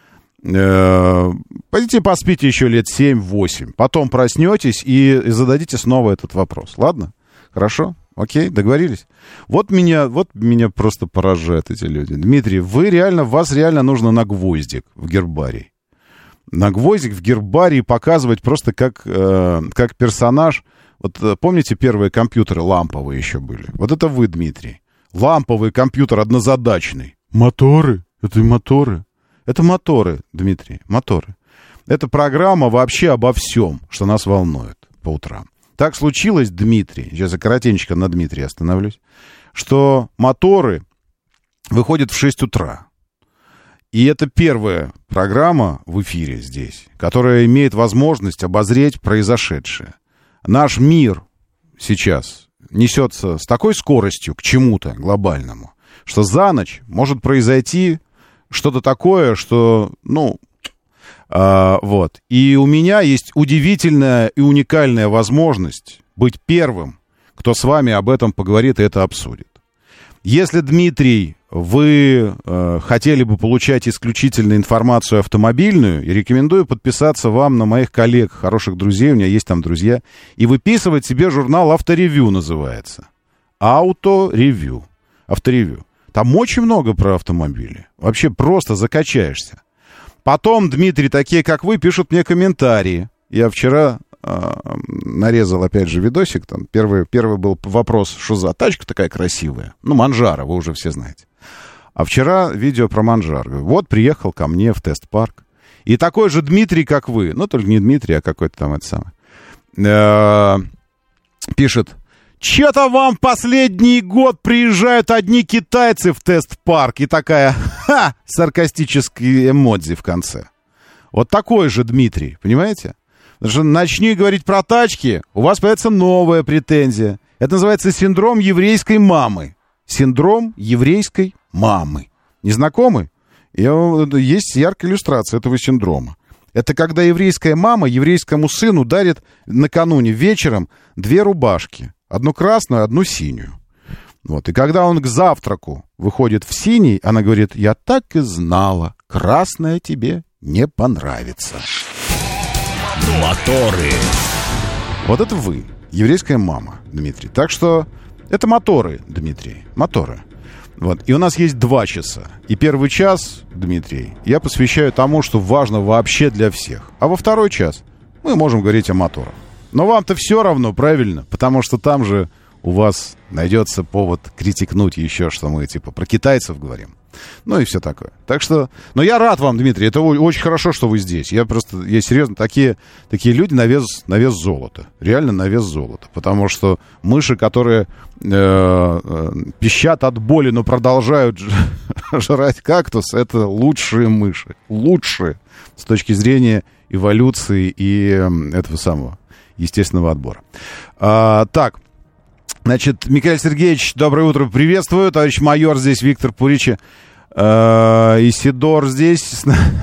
э, пойдите поспите еще лет семь-восемь, потом проснетесь и, и зададите снова этот вопрос, ладно? Хорошо? Окей, договорились? Вот меня, вот меня просто поражают эти люди. Дмитрий, вы реально, вас реально нужно на гвоздик в гербарий. На гвоздик в гербарии показывать просто как, э, как персонаж. Вот помните, первые компьютеры ламповые еще были? Вот это вы, Дмитрий. Ламповый компьютер однозадачный. Моторы? Это моторы? Это моторы, Дмитрий, моторы. Это программа вообще обо всем, что нас волнует по утрам. Так случилось, Дмитрий, сейчас я коротенько на Дмитрия остановлюсь, что моторы выходят в шесть утра. И это первая программа в эфире здесь, которая имеет возможность обозреть произошедшее. Наш мир сейчас несется с такой скоростью к чему-то глобальному, что за ночь может произойти что-то такое, что, ну... А, вот. И у меня есть удивительная и уникальная возможность быть первым, кто с вами об этом поговорит и это обсудит. Если, Дмитрий, вы э, хотели бы получать исключительно информацию автомобильную, я рекомендую подписаться вам на моих коллег, хороших друзей, у меня есть там друзья, и выписывать себе журнал «Авторевью» называется. «Авторевью». «Авторевью». Там очень много про автомобили. Вообще просто закачаешься. Потом, Дмитрий, такие, как вы, пишут мне комментарии. Я вчера э, нарезал, опять же, видосик. Там первый, первый был вопрос, что за тачка такая красивая. Ну, Манжаро, вы уже все знаете. А вчера видео про Манжаро. Вот приехал ко мне в тест-парк. И такой же Дмитрий, как вы. Ну, только не Дмитрий, а какой-то там это самое. Э, пишет. Че-то вам последний год приезжают одни китайцы в тест-парк. И такая, ха, саркастический эмодзи в конце. Вот такой же Дмитрий, понимаете? Потому что начни говорить про тачки, у вас появится новая претензия. Это называется синдром еврейской мамы. Синдром еврейской мамы. Не знакомы? Есть яркая иллюстрация этого синдрома. Это когда еврейская мама еврейскому сыну дарит накануне вечером две рубашки. Одну красную, одну синюю. Вот. И когда он к завтраку выходит в синий, она говорит, я так и знала, красная тебе не понравится. Моторы. Вот это вы, еврейская мама, Дмитрий. Так что это моторы, Дмитрий, моторы. Вот. И у нас есть два часа. И первый час, Дмитрий, я посвящаю тому, что важно вообще для всех. А во второй час мы можем говорить о моторах. Но вам-то все равно, правильно? Потому что там же у вас найдется повод критикнуть еще, что мы типа про китайцев говорим. Ну и все такое. Так что... Но я рад вам, Дмитрий. Это очень хорошо, что вы здесь. Я просто... Я серьезно... Такие, такие люди на вес, на вес золота. Реально на вес золота. Потому что мыши, которые э, э, пищат от боли, но продолжают жрать кактус, это лучшие мыши. Лучшие с точки зрения эволюции и э, этого самого естественного отбора. А, так, значит, Михаил Сергеевич, доброе утро, приветствую. Товарищ майор здесь, Виктор Пуричи. А, Исидор здесь.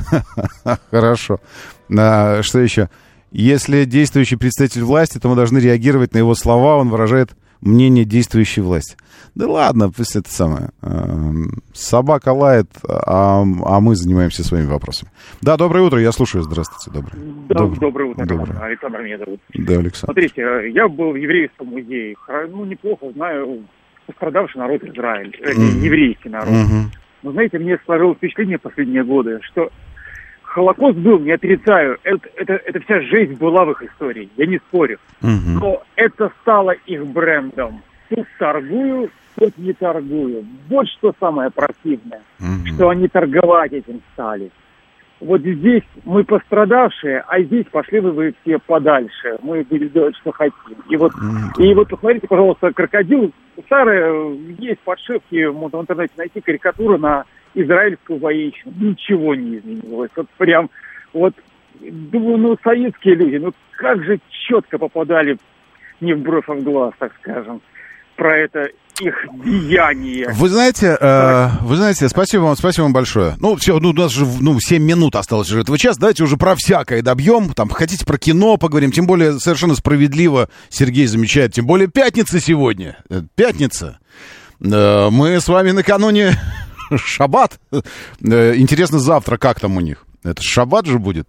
Хорошо. А, что еще? Если действующий представитель власти, то мы должны реагировать на его слова. Он выражает мнение действующей власти. Да ладно, пусть это самое. Собака лает, а, а мы занимаемся своими вопросами. Да, доброе утро, я слушаю. Здравствуйте, доброе. Да, доброе. доброе утро, доброе. Александр меня зовут. Да, Александр. Смотрите, я был в еврейском музее. Ну, неплохо знаю пострадавший народ Израиль. Mm-hmm. Еврейский народ. Mm-hmm. Но, знаете, мне сложилось впечатление последние годы, что Холокост был, не отрицаю. Это, это, это вся жизнь была в их истории, я не спорю. Mm-hmm. Но это стало их брендом. Тут торгую, тут не торгую. Вот что самое противное, mm-hmm. что они торговать этим стали. Вот здесь мы пострадавшие, а здесь пошли вы, вы все подальше. Мы будем делать, что хотим. И вот, mm-hmm. и вот посмотрите, пожалуйста, крокодил. Старые, есть подшивки, можно в интернете найти карикатуру на израильскую военщину. Ничего не изменилось. Вот прям, вот, думаю, ну, советские люди, ну, как же четко попадали не в бровь, а в глаз, так скажем, про это их деяние. Вы знаете, э, вы знаете, спасибо вам, спасибо вам большое. Ну, все, ну, у нас же, ну, семь минут осталось уже этого часа. Давайте уже про всякое добьем. Там, хотите про кино поговорим. Тем более, совершенно справедливо Сергей замечает. Тем более, пятница сегодня. Пятница. Э, мы с вами накануне шаббат. Э, интересно, завтра как там у них? Это шаббат же будет.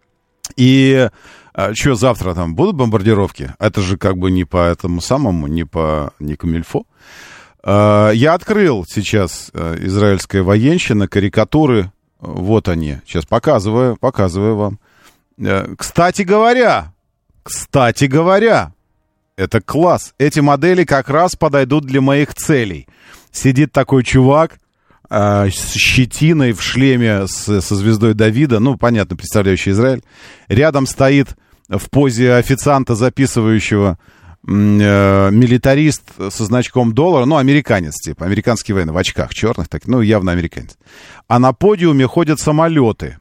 И а, что завтра там будут бомбардировки? Это же как бы не по этому самому, не по не камильфо. А, я открыл сейчас а, израильская военщина, карикатуры. Вот они. Сейчас показываю, показываю вам. А, кстати говоря, кстати говоря, это класс. Эти модели как раз подойдут для моих целей. Сидит такой чувак с щетиной в шлеме с, со звездой Давида, ну, понятно, представляющий Израиль. Рядом стоит в позе официанта, записывающего э, милитарист со значком доллара, ну, американец, типа, американский военный, в очках черных, так, ну, явно американец. А на подиуме ходят самолеты,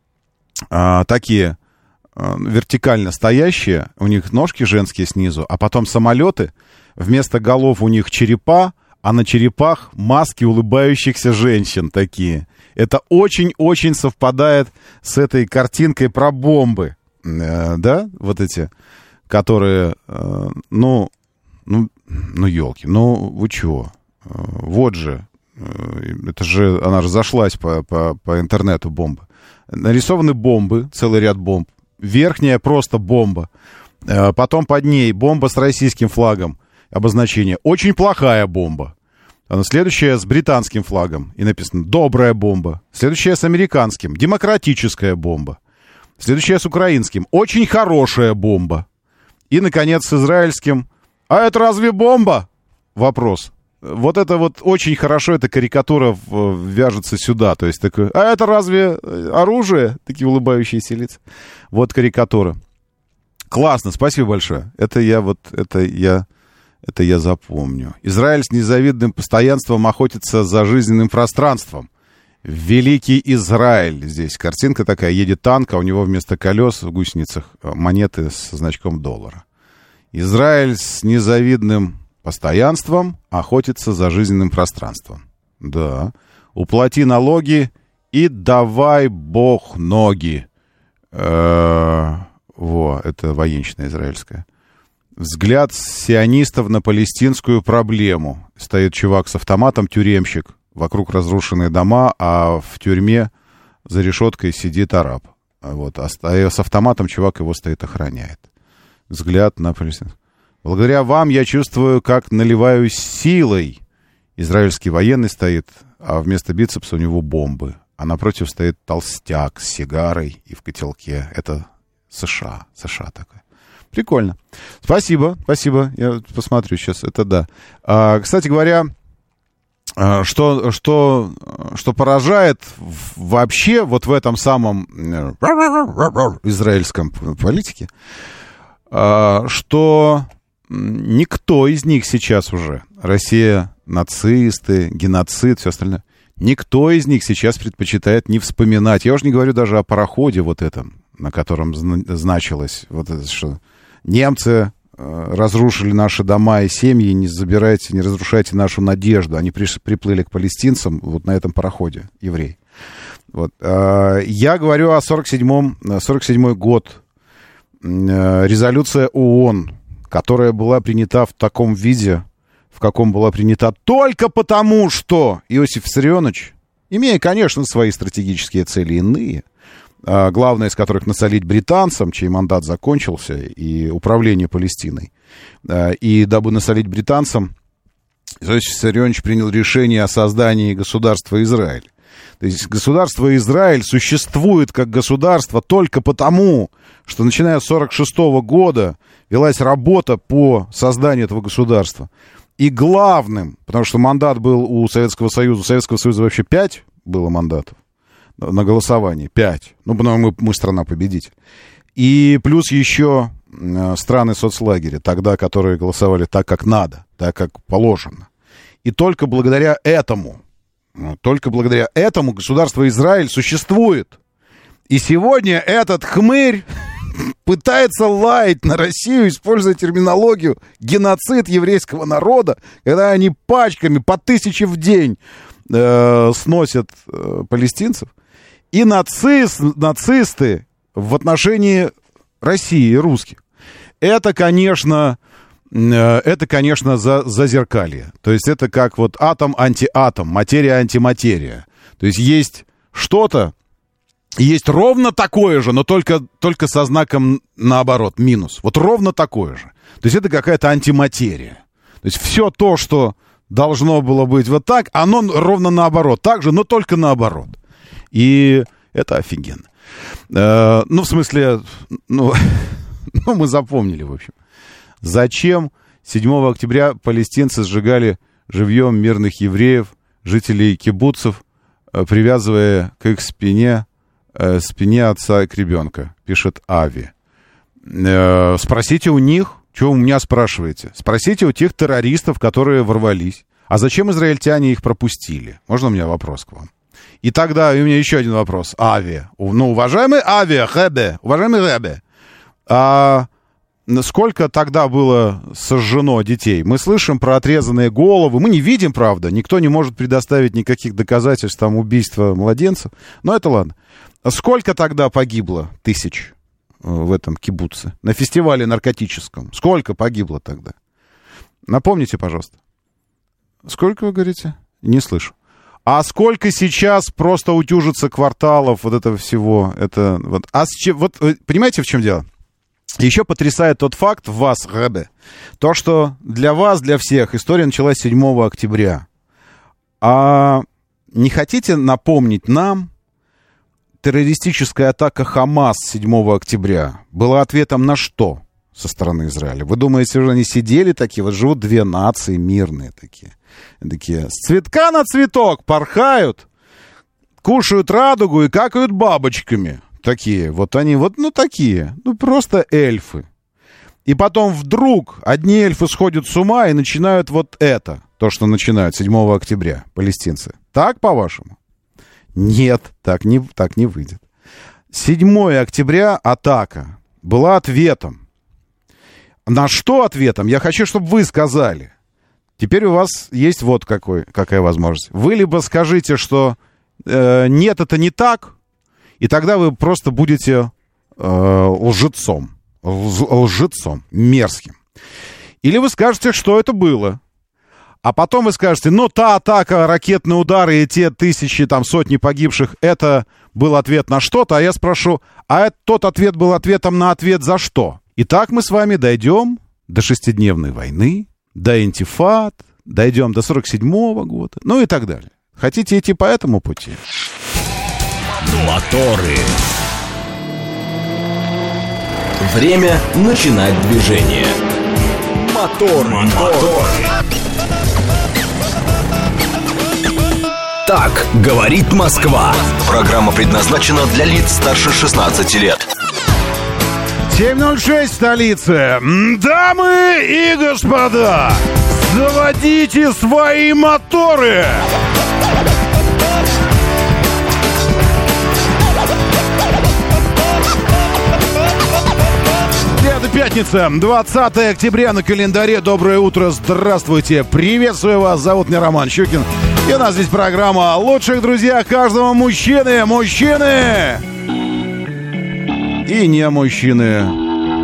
э, такие э, вертикально стоящие, у них ножки женские снизу, а потом самолеты, вместо голов у них черепа, а на черепах маски улыбающихся женщин такие. Это очень-очень совпадает с этой картинкой про бомбы. Э, да, вот эти, которые, э, ну, ну, ну, елки, ну, вы чего? Э, вот же, э, это же, она разошлась по, по, по интернету, бомба. Нарисованы бомбы, целый ряд бомб. Верхняя просто бомба. Э, потом под ней бомба с российским флагом. Обозначение. Очень плохая бомба. Следующая с британским флагом. И написано «добрая бомба». Следующая с американским. «Демократическая бомба». Следующая с украинским. «Очень хорошая бомба». И, наконец, с израильским. «А это разве бомба?» Вопрос. Вот это вот очень хорошо, эта карикатура вяжется сюда. То есть такое, а это разве оружие? Такие улыбающиеся лица. Вот карикатура. Классно, спасибо большое. Это я вот, это я... Это я запомню. Израиль с незавидным постоянством охотится за жизненным пространством. Великий Израиль. Здесь картинка такая. Едет танк, а у него вместо колес в гусеницах монеты с значком доллара. Израиль с незавидным постоянством охотится за жизненным пространством. Да. Уплати налоги и давай Бог ноги. Э-э- во, это военщина израильская. Взгляд сионистов на палестинскую проблему. Стоит чувак с автоматом, тюремщик. Вокруг разрушенные дома, а в тюрьме за решеткой сидит араб. Вот. А с автоматом чувак его стоит, охраняет. Взгляд на палестинцев. Благодаря вам я чувствую, как наливаюсь силой. Израильский военный стоит, а вместо бицепса у него бомбы. А напротив стоит толстяк с сигарой и в котелке. Это США. США такое. Прикольно. Спасибо, спасибо. Я посмотрю сейчас. Это да. А, кстати говоря, что, что, что поражает вообще вот в этом самом израильском политике, что никто из них сейчас уже, Россия, нацисты, геноцид, все остальное, никто из них сейчас предпочитает не вспоминать. Я уже не говорю даже о пароходе вот этом, на котором значилось вот это, что немцы э, разрушили наши дома и семьи, не забирайте, не разрушайте нашу надежду. Они приш, приплыли к палестинцам вот на этом пароходе, евреи. Вот. Э, я говорю о сорок седьмом, сорок седьмой год. Э, резолюция ООН, которая была принята в таком виде, в каком была принята только потому, что Иосиф Виссарионович, имея, конечно, свои стратегические цели иные, главное из которых насолить британцам, чей мандат закончился, и управление Палестиной. И дабы насолить британцам, Иосиф Виссарионович принял решение о создании государства Израиль. То есть государство Израиль существует как государство только потому, что начиная с сорок шестого года велась работа по созданию этого государства. И главным, потому что мандат был у Советского Союза, у Советского Союза вообще пять было мандатов на голосовании, пять. Ну, потому что мы, мы страна-победитель. И плюс еще э, страны соцлагеря, тогда, которые голосовали так, как надо, так, как положено. И только благодаря этому, только благодаря этому государство Израиль существует. И сегодня этот хмырь пытается лаять на Россию, используя терминологию геноцид еврейского народа, когда они пачками по тысяче в день э, сносят э, палестинцев. И нацист, нацисты в отношении России и русских. Это, конечно, это, конечно, за, зазеркалье. То есть это как вот атом-антиатом, материя-антиматерия. То есть есть что-то, есть ровно такое же, но только, только со знаком наоборот, минус. Вот ровно такое же. То есть это какая-то антиматерия. То есть все то, что должно было быть вот так, оно ровно наоборот. Так же, но только наоборот. И это офигенно. Э, ну, в смысле, ну, ну, мы запомнили, в общем. Зачем седьмого октября палестинцы сжигали живьем мирных евреев, жителей кибуцев, э, привязывая к их спине, э, спине отца к ребенка, пишет Ави. Э, спросите у них, что у меня спрашиваете? Спросите у тех террористов, которые ворвались. А зачем израильтяне их пропустили? Можно у меня вопрос к вам? И тогда у меня еще один вопрос. Ави. Ну, уважаемый Ави, Хебе, уважаемый Хебе, а сколько тогда было сожжено детей? Мы слышим про отрезанные головы. Мы не видим, правда. Никто не может предоставить никаких доказательств там убийства младенцев. Но это ладно. Сколько тогда погибло тысяч в этом кибуце? На фестивале наркотическом. Сколько погибло тогда? Напомните, пожалуйста. Сколько вы говорите? Не слышу. А сколько сейчас просто утюжится кварталов вот этого всего? Это вот. А с чем, вот понимаете, в чем дело? Еще потрясает тот факт в вас, Рэбе, то, что для вас, для всех история началась седьмого октября. А не хотите напомнить нам, террористическая атака Хамас седьмого октября была ответом на что со стороны Израиля? Вы думаете, что они сидели такие, вот живут две нации мирные такие, такие с цветка на цветок порхают, кушают радугу и какают бабочками. Такие, вот они, вот, ну, такие, ну, просто эльфы. И потом вдруг одни эльфы сходят с ума и начинают вот это, то, что начинают седьмого октября, палестинцы. Так, по-вашему? Нет, так не, так не выйдет. седьмого октября атака была ответом. На что ответом? Я хочу, чтобы вы сказали. Теперь у вас есть вот какой, какая возможность. Вы либо скажите, что э, нет, это не так, и тогда вы просто будете э, лжецом, лж, лжецом, мерзким. Или вы скажете, что это было. А потом вы скажете, ну, та атака, ракетные удары и те тысячи, там, сотни погибших, это был ответ на что-то. А я спрошу, а это, тот ответ был ответом на ответ за что? И так мы с вами дойдем до шестидневной войны, до интифад, дойдем до сорок седьмого года, ну и так далее. Хотите идти по этому пути? Моторы. Время начинать движение. Мотор, мотор. Так говорит Москва. Программа предназначена для лиц старше шестнадцати лет. семь ноль шесть в столице. Дамы и господа, заводите свои моторы. Это пятница, двадцатого октября на календаре. Доброе утро, здравствуйте. Приветствую вас, зовут меня Роман Щукин. И у нас здесь программа о лучших друзьях каждого мужчины. Мужчины! И не мужчины.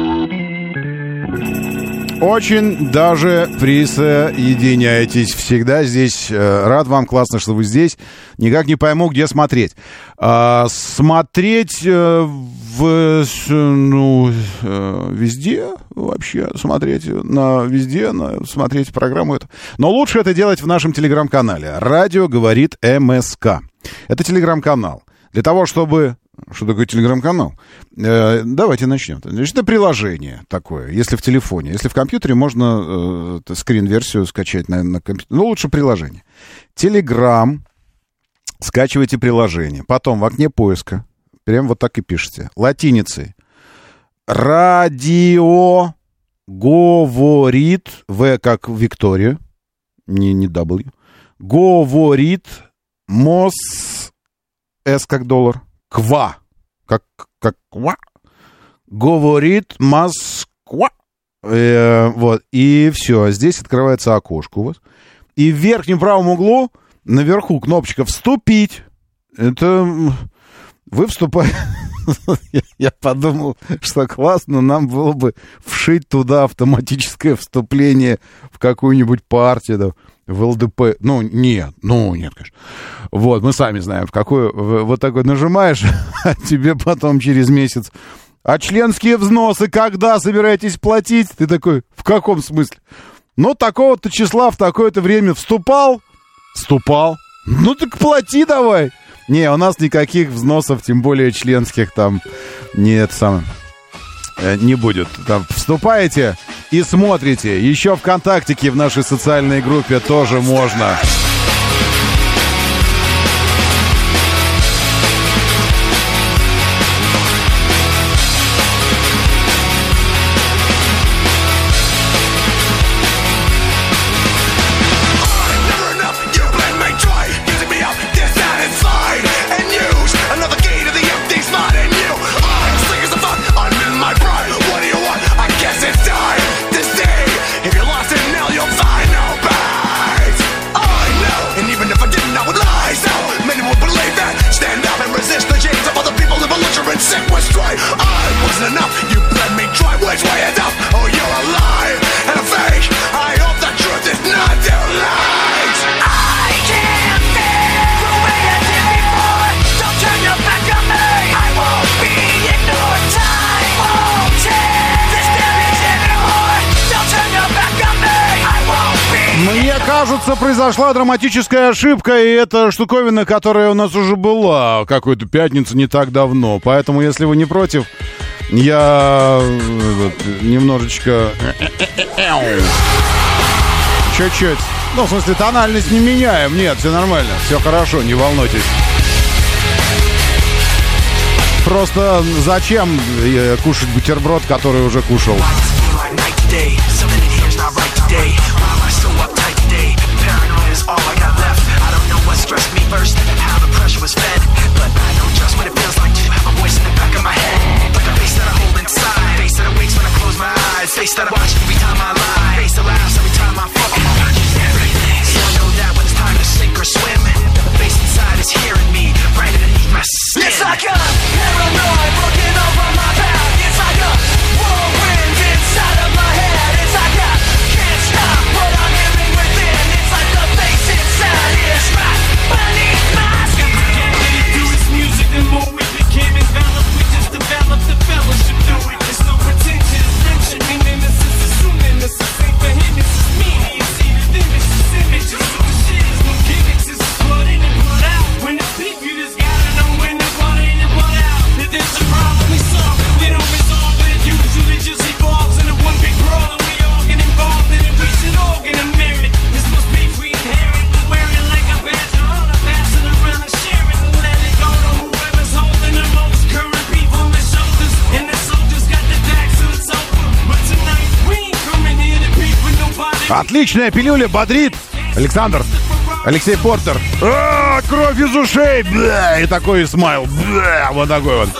Очень даже присоединяйтесь. Всегда здесь. Рад вам, классно, что вы здесь. Никак не пойму, где смотреть. А, смотреть в, ну, везде вообще. Смотреть на везде, на, смотреть программу эту. Но лучше это делать в нашем телеграм-канале. Радио говорит МСК. Это телеграм-канал. Для того, чтобы... Что такое телеграм-канал? Э, давайте начнем. Значит, это приложение такое, если в телефоне. Если в компьютере, можно э, скрин-версию скачать на, на компьютере. Ну, лучше приложение. Телеграм. Скачивайте приложение. Потом в окне поиска. Прям вот так и пишите. Латиницей. Радио говорит. В как Виктория. Не, не W. Говорит Мос. С как доллар. Ква, как, как ква, говорит Москва. Э, вот, и все, здесь открывается окошко у вас. И в верхнем правом углу, наверху кнопочка «Вступить». Это вы вступаете... Я подумал, что классно нам было бы вшить туда автоматическое вступление в какую-нибудь партию, да, в ЛДП. Ну, нет, ну, нет, конечно. Вот, мы сами знаем, в какую... Вот такой нажимаешь, а тебе потом через месяц... А членские взносы когда собираетесь платить? Ты такой, в каком смысле? Ну, такого-то числа в такое-то время вступал? Вступал. Ну, так плати давай. Не, у нас никаких взносов, тем более членских, там, нет, сам, э, не будет. Там вступаете и смотрите. Еще ВКонтактике в нашей социальной группе тоже можно. What do you want? I guess it's Кажется, произошла драматическая ошибка, и это штуковина, которая у нас уже была какую-то пятницу не так давно. Поэтому, если вы не против, я немножечко... Чуть-чуть. Ну, в смысле, тональность не меняем. Нет, все нормально, все хорошо, не волнуйтесь. Просто зачем кушать бутерброд, который уже кушал? It's like a paranoid looking over my back. It's like a whirlwind inside of my head. It's like I can't stop what I'm hearing within. It's like the face inside is right beneath my skin. We can't really do its music, the more we became enveloped, we just developed the fellowship through it. There's no pretension, friendship, meaning this is assuming this is ain't for him, this is me. You see the image, this image, so the shit is no gimmicks, this is blood in and blood out. When it's deep, you just gotta know when to blood in and blood out. If there's a problem we solve it, we don't resolve it. It usually just evolves into one big brawl, and we all get involved in it. We should all get a merit. This must be free inherent. We wear it like a badge of honor, pass it around and share it, and let it go to whoever's holding the most current beef on their shoulders. And the soldiers got the back, so it's over. But tonight we ain't coming here to beef with nobody. Отличная пилюля, бодрит. Александр, Алексей Портер. А, кровь из ушей. Бля, и такой смайл. Бля, вот такой вот.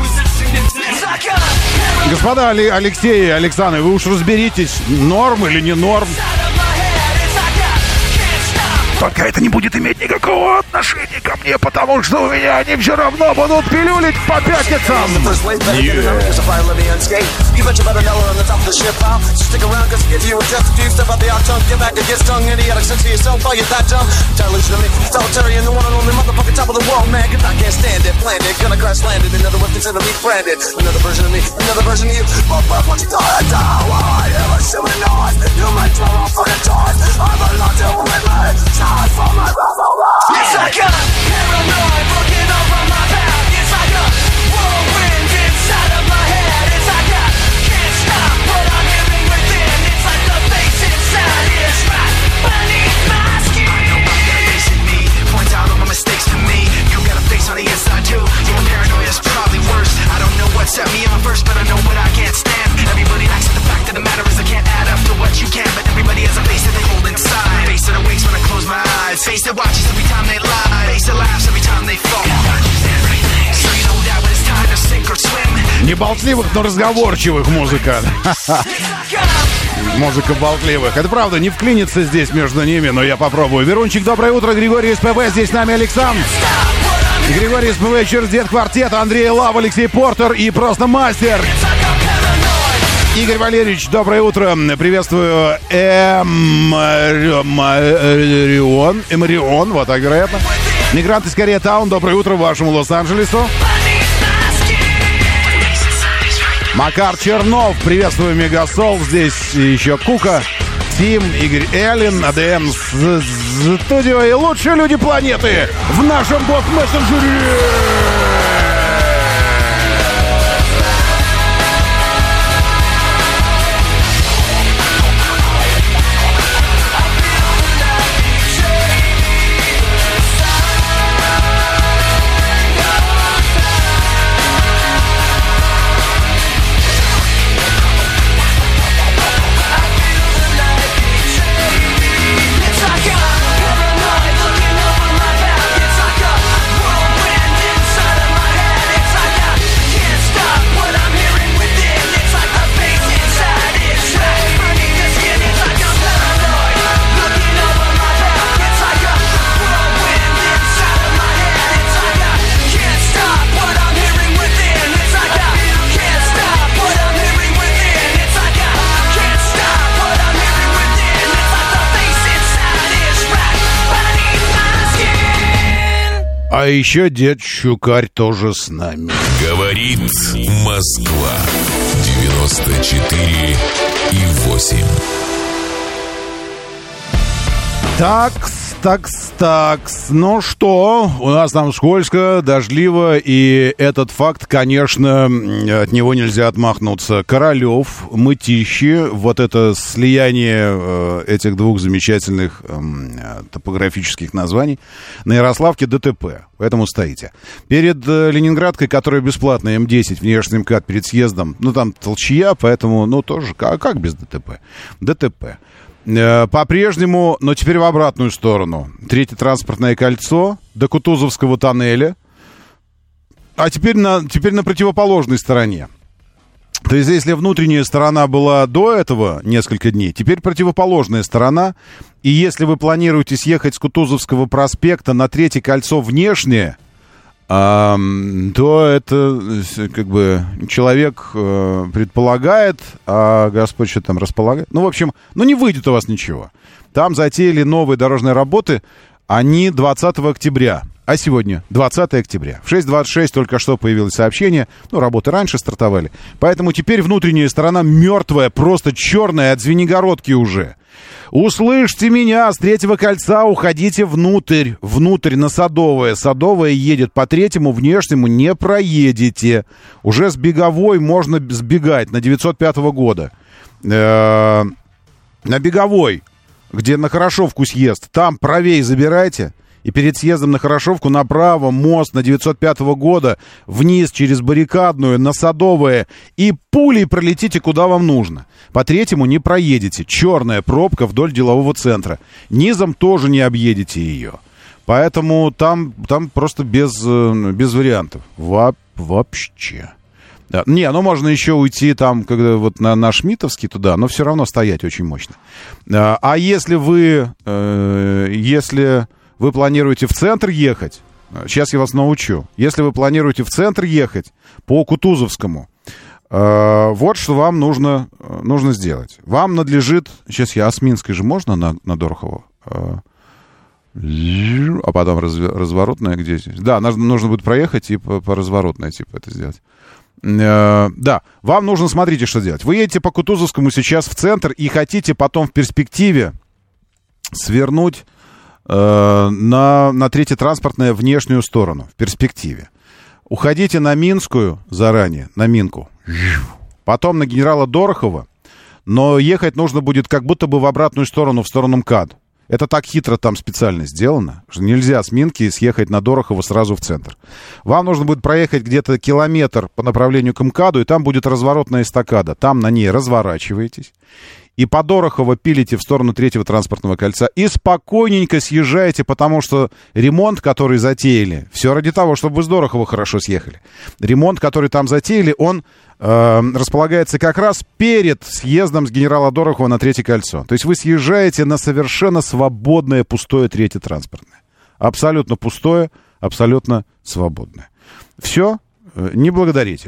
Господа Али- Алексей и Александр, вы уж разберитесь, норм или не норм. Только это не будет иметь никакого отношения ко мне, потому что у меня они все равно будут пилюлить по пятницам. It's like a paranoid looking over my back. It's like a whirlwind inside of my head. It's like I can't stop what I'm hearing within. It's like the face inside is right beneath my skin. I know I'm that face in me, points out all my mistakes to me. You got a face on the inside too. Your paranoia is probably worse. I don't know what set me on first, but I know what I can't stand. Everybody acts like the fact of the matter is I can't add up to what you can, but everybody has a face that they hold inside. Face that awakes when I close my eyes. Face that watches every time they lie. Face that laughs every time they fall. So you know that when it's time to sink or swim. Не болтливых, но разговорчивых музыка. Музыка болтливых. Это правда, не вклинится здесь между ними, но я попробую. Верунчик, доброе утро. Григорий СПВ, здесь с нами Александр. Григорий СПВ, через Дед Квартет, Андрей Лав, Алексей Портер и просто мастер. Игорь Валерьевич, доброе утро. Приветствую Эмарион. Эмарион, вот так, вероятно. Мигрант из Кореятаун, доброе утро вашему Лос-Анджелесу. Макар Чернов, приветствую Мегасол. Здесь еще Кука, Тим, Игорь Эллин, АДМ Студио и лучшие люди планеты в нашем бот-мессенджере. А еще дед Щукарь тоже с нами. Говорит Москва. девяносто четыре и восемь. Такс, такс, такс. Ну что, у нас там скользко, дождливо, и этот факт, конечно, от него нельзя отмахнуться. Королев, Мытищи, вот это слияние э, этих двух замечательных э, топографических названий. На Ярославке ДТП, поэтому стоите. Перед э, Ленинградкой, которая бесплатная, эм десять, внешний МКАД перед съездом, ну там толчья, поэтому, ну тоже, а как без ДТП? ДТП. По-прежнему, но теперь в обратную сторону. Третье транспортное кольцо до Кутузовского тоннеля. А теперь на, теперь на противоположной стороне. То есть, если внутренняя сторона была до этого несколько дней, теперь противоположная сторона. И если вы планируете съехать с Кутузовского проспекта на Третье кольцо внешнее, а, то это как бы человек э, предполагает, а Господь что там располагает. Ну, в общем, ну не выйдет у вас ничего. Там затеяли новые дорожные работы, они двадцатого октября. А сегодня двадцатое октября. В шесть двадцать шесть только что появилось сообщение. Ну, работы раньше стартовали. Поэтому теперь внутренняя сторона мертвая, просто черная от Звенигородки уже. Услышьте меня, с Третьего кольца уходите внутрь, внутрь на Садовое. Садовое едет по Третьему, внешнему не проедете. Уже с Беговой можно сбегать на девятьсот пятого года. Э-э- на Беговой, где на Хорошовку съезд, там правее забирайте. И перед съездом на Хорошовку направо мост на девятьсот пятого года, вниз через Баррикадную, на Садовое. И пулей пролетите, куда вам нужно. По Третьему не проедете. Черная пробка вдоль делового центра. Низом тоже не объедете ее. Поэтому там, там просто без, без вариантов. Во, вообще. Да. Не, ну можно еще уйти там, когда вот на, на Шмитовский туда, но все равно стоять очень мощно. А, а если вы... Э, если... Вы планируете в центр ехать, сейчас я вас научу, если вы планируете в центр ехать по Кутузовскому, э, вот что вам нужно, нужно сделать. Вам надлежит, сейчас я, Осминской же можно на, на Дорохово? Э, а потом раз, разворотная где здесь? Да, нужно, нужно будет проехать и по, по разворотной типа это сделать. Э, да, вам нужно, смотрите, что делать. Вы едете по Кутузовскому сейчас в центр и хотите потом в перспективе свернуть На, на Третье транспортное внешнюю сторону, в перспективе. Уходите на Минскую заранее, на Минку. Потом на генерала Дорохова, но ехать нужно будет как будто бы в обратную сторону, в сторону МКАД. Это так хитро там специально сделано, что нельзя с Минки съехать на Дорохова сразу в центр. Вам нужно будет проехать где-то километр по направлению к МКАДу, и там будет разворотная эстакада. Там на ней разворачиваетесь. И по Дорохово пилите в сторону Третьего транспортного кольца и спокойненько съезжаете, потому что ремонт, который затеяли, все ради того, чтобы вы с Дорохова хорошо съехали. Ремонт, который там затеяли, он э, располагается как раз перед съездом с генерала Дорохова на Третье кольцо. То есть вы съезжаете на совершенно свободное, пустое Третье транспортное. Абсолютно пустое, абсолютно свободное. Все, э, не благодарите.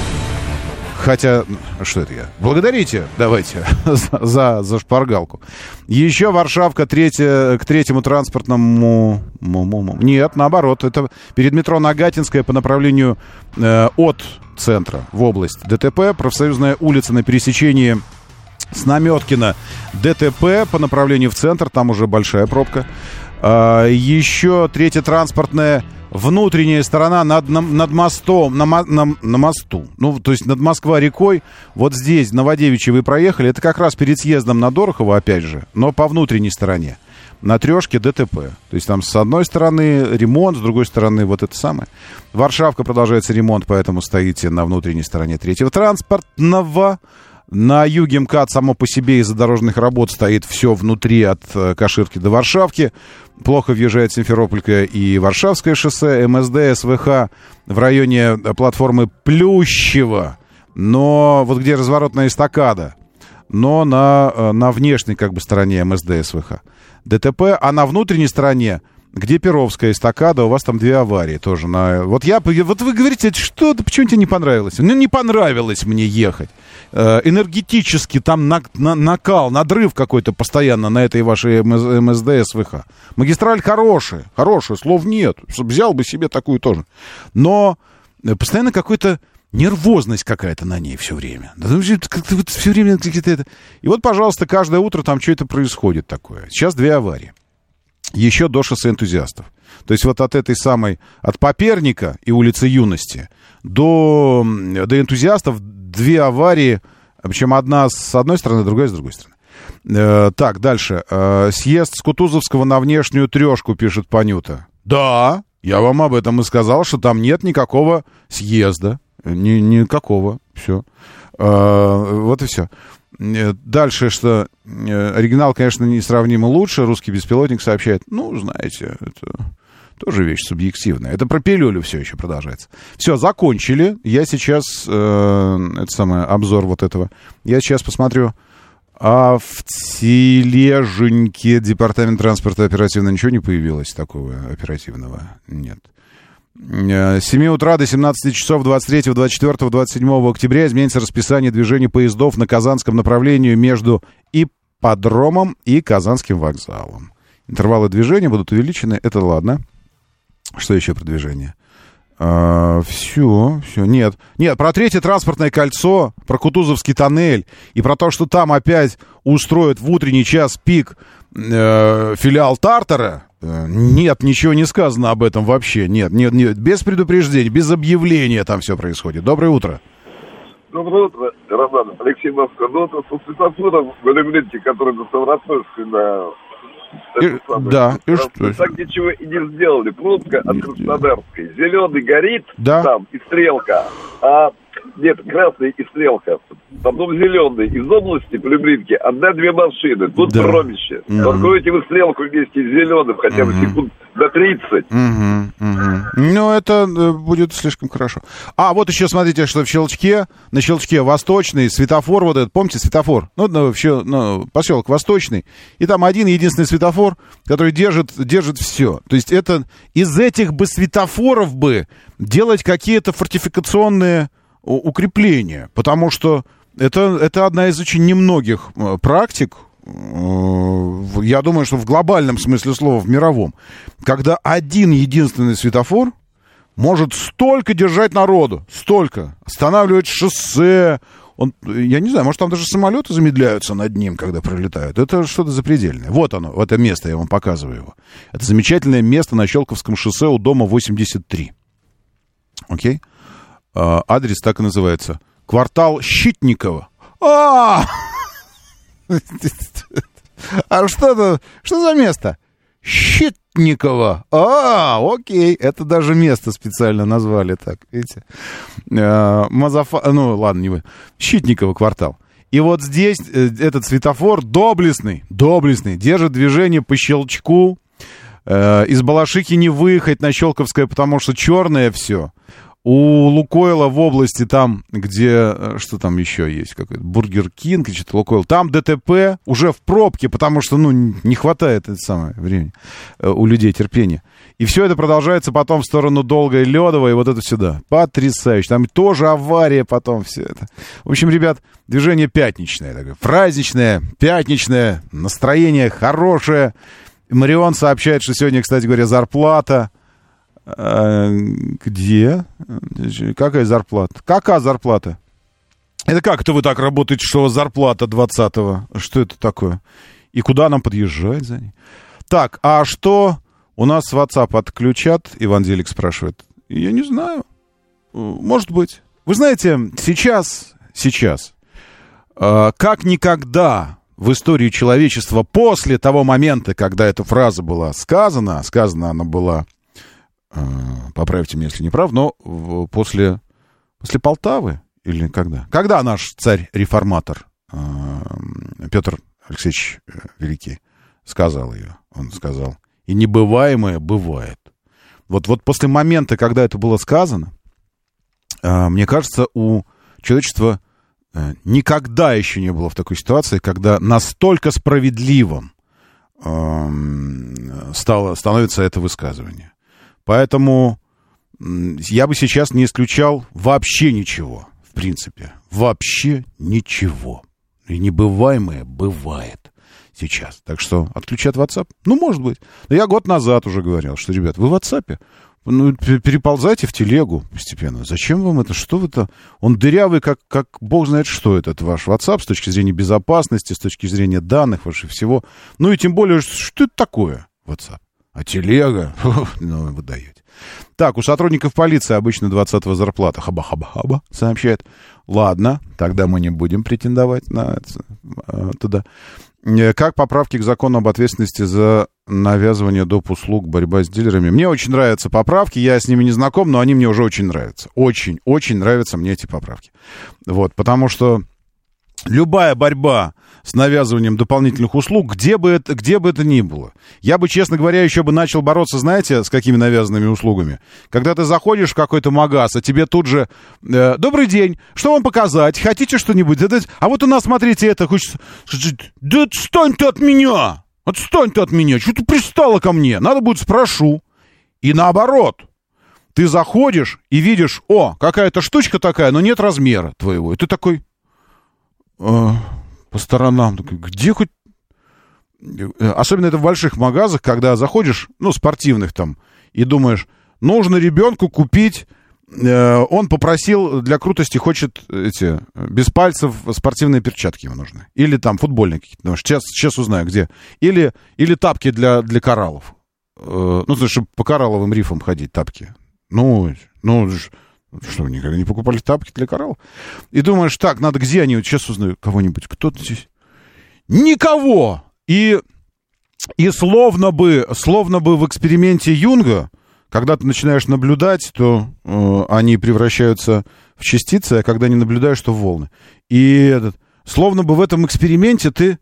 Хотя, что это я? Благодарите, давайте, за, за шпаргалку. Еще Варшавка третья, к Третьему транспортному... Нет, наоборот, это перед метро Нагатинская по направлению э, от центра в область. ДТП, Профсоюзная улица на пересечении с Наметкина. ДТП по направлению в центр, там уже большая пробка. Э, еще Третье транспортное... Внутренняя сторона над, над мостом, на, на, на мосту, ну, то есть над Москва-рекой, вот здесь, Новодевичье вы проехали, это как раз перед съездом на Дорохово, опять же, но по внутренней стороне, на Трешке ДТП. То есть там с одной стороны ремонт, с другой стороны вот это самое. Варшавка, продолжается ремонт, поэтому стоите на внутренней стороне Третьего транспортного. На юге МКАД само по себе из-за дорожных работ стоит все внутри от Каширки до Варшавки. Плохо въезжает Симферопольское и Варшавское шоссе. МСД, СВХ в районе платформы Плющево. Но вот где разворотная эстакада. Но на, на внешней как бы стороне МСД, СВХ. ДТП, а на внутренней стороне, где Перовская эстакада, у вас там две аварии тоже. На... Вот я, вот вы говорите, что, почему тебе не понравилось? Ну, не понравилось мне ехать. Э, энергетически там на, на, накал, надрыв какой-то постоянно на этой вашей МСД, СВХ. Магистраль хорошая, хорошая, слов нет. Взял бы себе такую тоже. Но постоянно какой-то нервозность какая-то на ней все время. Как-то вот все время какие-то это... И вот, пожалуйста, каждое утро там что-то происходит такое. Сейчас две аварии. еще до шоссе энтузиастов. То есть вот от этой самой, от Коперника и улицы Юности до, до энтузиастов две аварии, причем одна с одной стороны, другая с другой стороны. Э, так, дальше. Э, съезд с Кутузовского на внешнюю трешку, пишет Панюта. Да, я вам об этом и сказал, что там нет никакого съезда. Ни, никакого. Все. Э, вот и все. Дальше, что оригинал, конечно, несравнимо лучше. Русский беспилотник сообщает. Ну, знаете, это тоже вещь субъективная. Это про пилюлю все еще продолжается. Все, закончили. Я сейчас, э, это самое, обзор вот этого. Я сейчас посмотрю. А в тележеньке департамент транспорта оперативно ничего не появилось такого оперативного? Нет. С семи утра до семнадцати часов двадцать третьего, двадцать четвёртого, двадцать седьмого октября изменится расписание движения поездов на Казанском направлении между ипподромом и Казанским вокзалом. Интервалы движения будут увеличены, это ладно. Что еще про движение? А, все, все, нет. Нет, про третье транспортное кольцо, про Кутузовский тоннель и про то, что там опять устроят в утренний час пик э, филиал Тартара. Нет, ничего не сказано об этом вообще. Нет, нет, нет, без предупреждения, без объявления там все происходит. Доброе утро. Доброе утро, Роман. Алексей Москва. Ну, это со светофором в Големлинке, который на Ставропольской, на... И, самое, да, и что? Так ничего и не сделали. Пробка от Краснодарской. Зеленый горит, да? Там, и стрелка. А нет, красный и стрелка. Потом зеленый. Из области по Люблинке одна-две машины. Тут да. Промище. Mm-hmm. Откройте вы стрелку вместе с зеленым хотя бы mm-hmm. секунд до тридцать. Mm-hmm. Mm-hmm. Ну, это будет слишком хорошо. А, вот еще смотрите, что в Щелчке, на Щелчке Восточный, светофор вот этот, помните, светофор? Ну, вообще, ну, поселок Восточный. И там один единственный светофор, который держит, держит все. То есть это из этих бы светофоров бы делать какие-то фортификационные укрепления, потому что это, это одна из очень немногих практик, я думаю, что в глобальном смысле слова, в мировом, когда один единственный светофор может столько держать народу, столько, останавливать шоссе, он, я не знаю, может, там даже самолеты замедляются над ним, когда пролетают. Это что-то запредельное. Вот оно, это место, я вам показываю его. Это замечательное место на Щелковском шоссе у дома восемьдесят три. Окей? А, адрес так и называется. Квартал Щитникова. А, а что это? Что за место? Щитникова. А, окей. Это даже место специально назвали так. Видите? Мазафа... Ну, ладно, не вы. Щитникова квартал. И вот здесь этот светофор доблестный, доблестный, держит движение по щелчку. Из Балашихи не выехать на Щелковское, потому что черное все. У Лукойла в области, там, где, что там еще есть, какой-то Бургер Кинг, что-то Лукойл, там ДТП уже в пробке, потому что, ну, не хватает это самое времени у людей, терпения. И все это продолжается потом в сторону Долгой Ледовой, и вот это сюда. Потрясающе. Там тоже авария потом, все это. В общем, ребят, движение пятничное, такое, праздничное, пятничное, настроение хорошее. Марион сообщает, что сегодня, кстати говоря, зарплата. Где? Какая зарплата? Какая зарплата? Это как это вы так работаете, что у вас зарплата двадцатого? Что это такое? И куда нам подъезжать за ней? Так, а что у нас в WhatsApp отключат? Иван Зелик спрашивает. Я не знаю. Может быть. Вы знаете, сейчас, сейчас, как никогда в истории человечества после того момента, когда эта фраза была сказана, сказана она была, поправьте меня, если не прав, но после, после Полтавы или когда? Когда наш царь-реформатор Петр Алексеевич Великий сказал ее? Он сказал, и небываемое бывает. Вот, вот после момента, когда это было сказано, мне кажется, у человечества никогда еще не было в такой ситуации, когда настолько справедливым стало, становится это высказывание. Поэтому я бы сейчас не исключал вообще ничего, в принципе. Вообще ничего. И небываемое бывает сейчас. Так что отключат WhatsApp? Ну, может быть. Но я год назад уже говорил, что, ребят, вы в WhatsApp, ну, переползайте в телегу постепенно. Зачем вам это? Что это? Он дырявый, как, как бог знает, что это, это ваш WhatsApp с точки зрения безопасности, с точки зрения данных ваших всего. Ну и тем более, что это такое? WhatsApp. А телега? Ну, вы даете. Так, у сотрудников полиции обычно двадцатого зарплата. Хаба-хаба-хаба, сообщает. Ладно, тогда мы не будем претендовать на это, туда. Как поправки к закону об ответственности за навязывание доп. Услуг, борьба с дилерами? Мне очень нравятся поправки, я с ними не знаком, но они мне уже очень нравятся. Очень, очень нравятся мне эти поправки. Вот, потому что любая борьба с навязыванием дополнительных услуг, где бы это, где бы это ни было. Я бы, честно говоря, еще бы начал бороться, знаете, с какими навязанными услугами? Когда ты заходишь в какой-то магаз, а тебе тут же э, «Добрый день, что вам показать? Хотите что-нибудь?» А вот у нас, смотрите, это хочется... «Да отстань ты от меня! Отстань ты от меня! Что ты пристала ко мне? Надо будет спрошу». И наоборот. Ты заходишь и видишь, о, какая-то штучка такая, но нет размера твоего. И ты такой... Э, по сторонам, где хоть... Особенно это в больших магазах, когда заходишь, ну, спортивных там, и думаешь, нужно ребенку купить... Э, он попросил, для крутости хочет эти, без пальцев, спортивные перчатки ему нужны. Или там футбольные какие-то. Сейчас, сейчас узнаю, где. Или, или тапки для, для кораллов. Э, ну, чтобы по коралловым рифам ходить, тапки. Ну, ну... Что, вы никогда не покупали тапки для кораллов? И думаешь, так, надо где они? Вот сейчас узнаю кого-нибудь. Кто-то здесь? Никого! И, и словно бы, словно бы в эксперименте Юнга, когда ты начинаешь наблюдать, то э, они превращаются в частицы, а когда не наблюдаешь, то в волны. И этот, словно бы в этом эксперименте ты...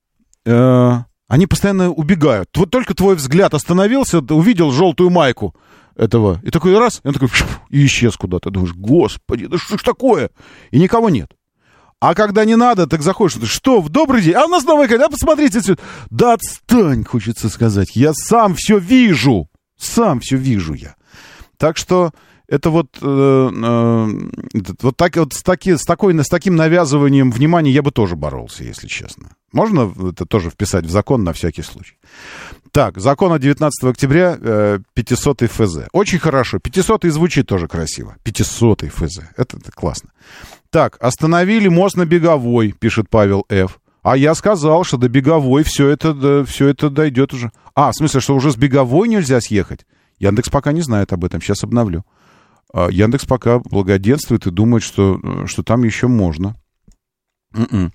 Э, они постоянно убегают. Вот только твой взгляд остановился, ты увидел желтую майку этого, и такой раз, и он такой, и исчез куда-то. Думаешь, господи, да что ж такое? И никого нет. А когда не надо, так заходишь, ты что, в добрый день? А у нас новая камера, а посмотрите отсюда. Да отстань, хочется сказать. Я сам все вижу. Сам все вижу я. Так что это вот, э, э, вот, так, вот с, таки, с, такой, с таким навязыванием внимания я бы тоже боролся, если честно. Можно это тоже вписать в закон на всякий случай. Так, закон от девятнадцатого октября, э, пятисотый эф зэ. Очень хорошо. пятисотый звучит тоже красиво. пятисотый эф зэ. Это, это классно. Так, остановили мост на Беговой, пишет Павел Ф. А я сказал, что до Беговой все это, да, все это дойдет уже. А, в смысле, что уже с Беговой нельзя съехать? Яндекс пока не знает об этом. Сейчас обновлю. А, Яндекс пока благоденствует и думает, что, что там еще можно. Mm-mm.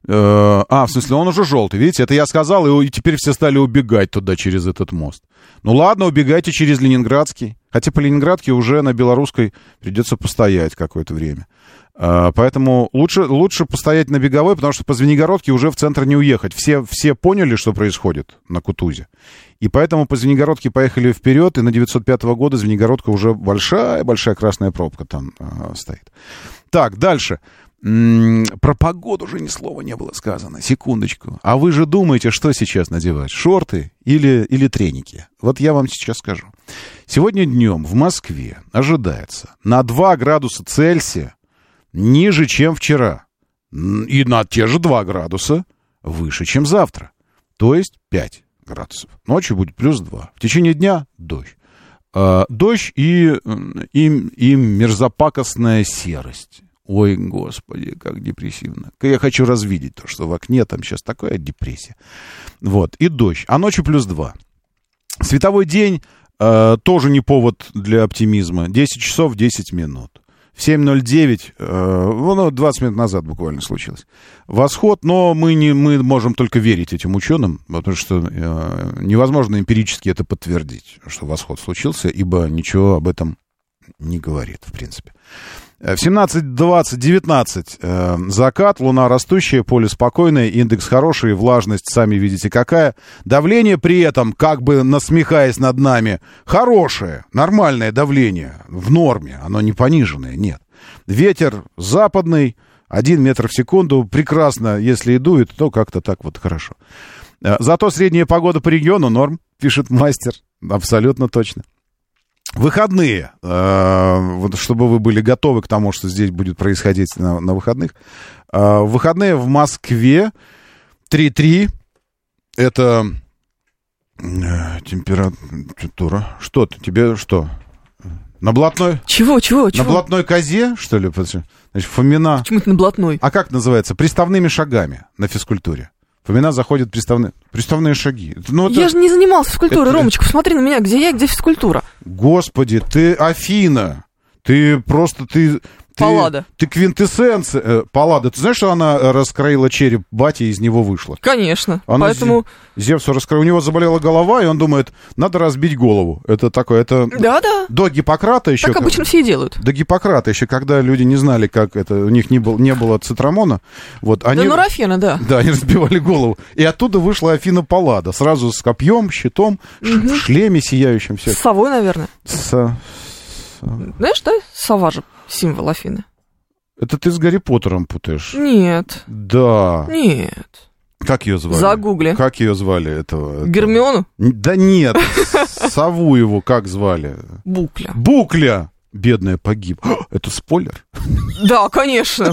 А, в смысле, он уже желтый, видите, это я сказал, и теперь все стали убегать туда через этот мост. Ну ладно, убегайте через Ленинградский. Хотя по Ленинградке уже на Белорусской придется постоять какое-то время. А, поэтому лучше, лучше постоять на Беговой, потому что по Звенигородке уже в центр не уехать. Все, все поняли, что происходит на Кутузе. И поэтому по Звенигородке поехали вперед, и на девятьсот пятого года Звенигородка уже большая-большая красная пробка там а, стоит. Так, дальше. Про погоду уже ни слова не было сказано. Секундочку. А вы же думаете, что сейчас надевать? Шорты или, или треники? Вот я вам сейчас скажу. Сегодня днем в Москве ожидается на два градуса Цельсия ниже, чем вчера. И на те же два градуса выше, чем завтра. То есть пять градусов. Ночью будет плюс два. В течение дня дождь. А, дождь и, и, и мерзопакостная серость. Ой, господи, как депрессивно. Я хочу развидеть то, что в окне там сейчас такая депрессия. Вот, и дождь. А ночью плюс два. Световой день э, тоже не повод для оптимизма. десять часов десять минут. В семь ноль девять, э, ну, двадцать минут назад буквально случилось. Восход, но мы, не, мы можем только верить этим ученым, потому что э, невозможно эмпирически это подтвердить, что восход случился, ибо ничего об этом не говорит, в принципе. В семнадцать двадцать девятнадцать э, закат, луна растущая, поле спокойное, индекс хороший, влажность, сами видите какая. Давление при этом, как бы насмехаясь над нами, хорошее, нормальное давление, в норме, оно не пониженное, нет. Ветер западный, один метр в секунду, прекрасно, если и дует, то как-то так вот хорошо. Э, зато средняя погода по региону норм, пишет мастер, абсолютно точно. Выходные, э, чтобы вы были готовы к тому, что здесь будет происходить на, на выходных. Э, выходные в Москве три три. Это э, температура. Что ты, тебе что? На блатной? Чего, чего, чего? На блатной козе, что ли? Значит, Фомина. Почему это на блатной? А как называется? Приставными шагами на физкультуре. Фомина заходит приставные, приставные шаги. Ну, я это, же не занимался физкультурой, это... Ромочка, посмотри на меня, где я, где физкультура. Господи, ты Афина, ты просто, ты... Ты, Паллада. Ты квинтэссенция. Э, Паллада. Ты знаешь, что она раскроила череп бати и из него вышла? Конечно. Она поэтому... Зевсу раскроила. У него заболела голова, и он думает, надо разбить голову. Это такое, это... Да-да. До Гиппократа еще... Так обычно все и делают. До Гиппократа еще, когда люди не знали, как это... У них не, был, не было цитрамона. Вот, они... Да нурофена, да. Да, они разбивали голову. И оттуда вышла Афина Паллада. Сразу с копьем, щитом, угу. в шлеме сияющем. Все. С совой, наверное. С... Знаешь, да? Сова же. Символ Афины. Это ты с Гарри Поттером путаешь? Нет. Да. Нет. Как ее звали? Загугли. Как ее звали? Этого, Гермиону? этого? Да нет. Сову его как звали? Букля. Букля! Бедная погиб. Это спойлер? Да, конечно.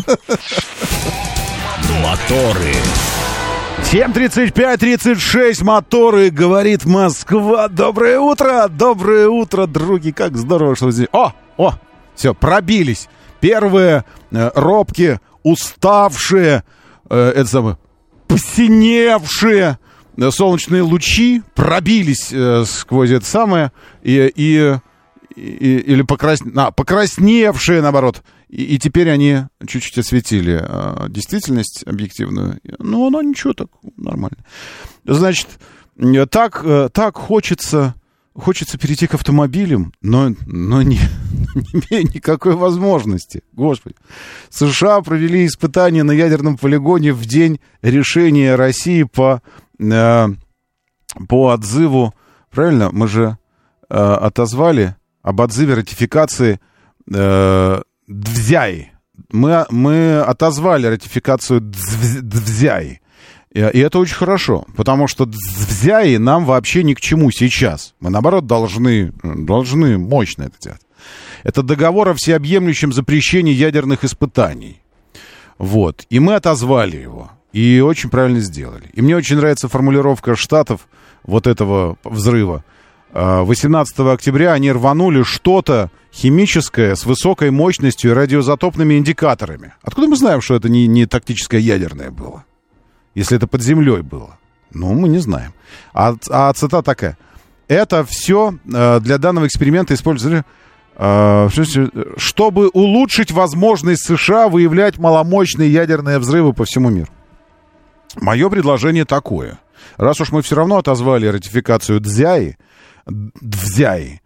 Моторы. семь тридцать пять тридцать шесть, моторы, говорит Москва. Доброе утро, доброе утро, други. Как здорово, что вы здесь. О, о, все, пробились. Первые э, робкие, уставшие, э, это самое, посиневшие э, солнечные лучи пробились э, сквозь это самое, и, и, и, или покрас... а, покрасневшие, наоборот, и, и теперь они чуть-чуть осветили э, действительность объективную. Ну, оно ничего, так нормально. Значит, э, так, э, так хочется... Хочется перейти к автомобилям, но, но не, не имея никакой возможности. Господи. США провели испытания на ядерном полигоне в день решения России по, э, по отзыву. Правильно? Мы же э, отозвали об отзыве ратификации э, ДВЗЯИ. Мы, мы отозвали ратификацию ДВЗЯИ. И это очень хорошо, потому что ДВЗЯИ нам вообще ни к чему сейчас. Мы, наоборот, должны, должны мощно это делать. Это договор о всеобъемлющем запрещении ядерных испытаний. Вот. И мы отозвали его. И очень правильно сделали. И мне очень нравится формулировка Штатов вот этого взрыва. восемнадцатого октября они рванули что-то химическое с высокой мощностью и радиоизотопными индикаторами. Откуда мы знаем, что это не, не тактическое ядерное было? Если это под землей было. Ну, мы не знаем. А, а цитата такая. Это все э, для данного эксперимента использовали, э, чтобы улучшить возможность США выявлять маломощные ядерные взрывы по всему миру. Мое предложение такое. Раз уж мы все равно отозвали ратификацию ДВЗЯИ, ДВЗЯИ,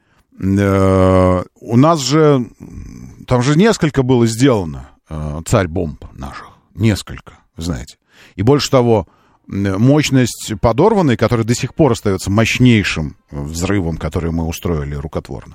э, у нас же, там же несколько было сделано э, царь-бомб наших. Несколько, знаете. И больше того, мощность подорванной, которая до сих пор остается мощнейшим взрывом, который мы устроили рукотворно,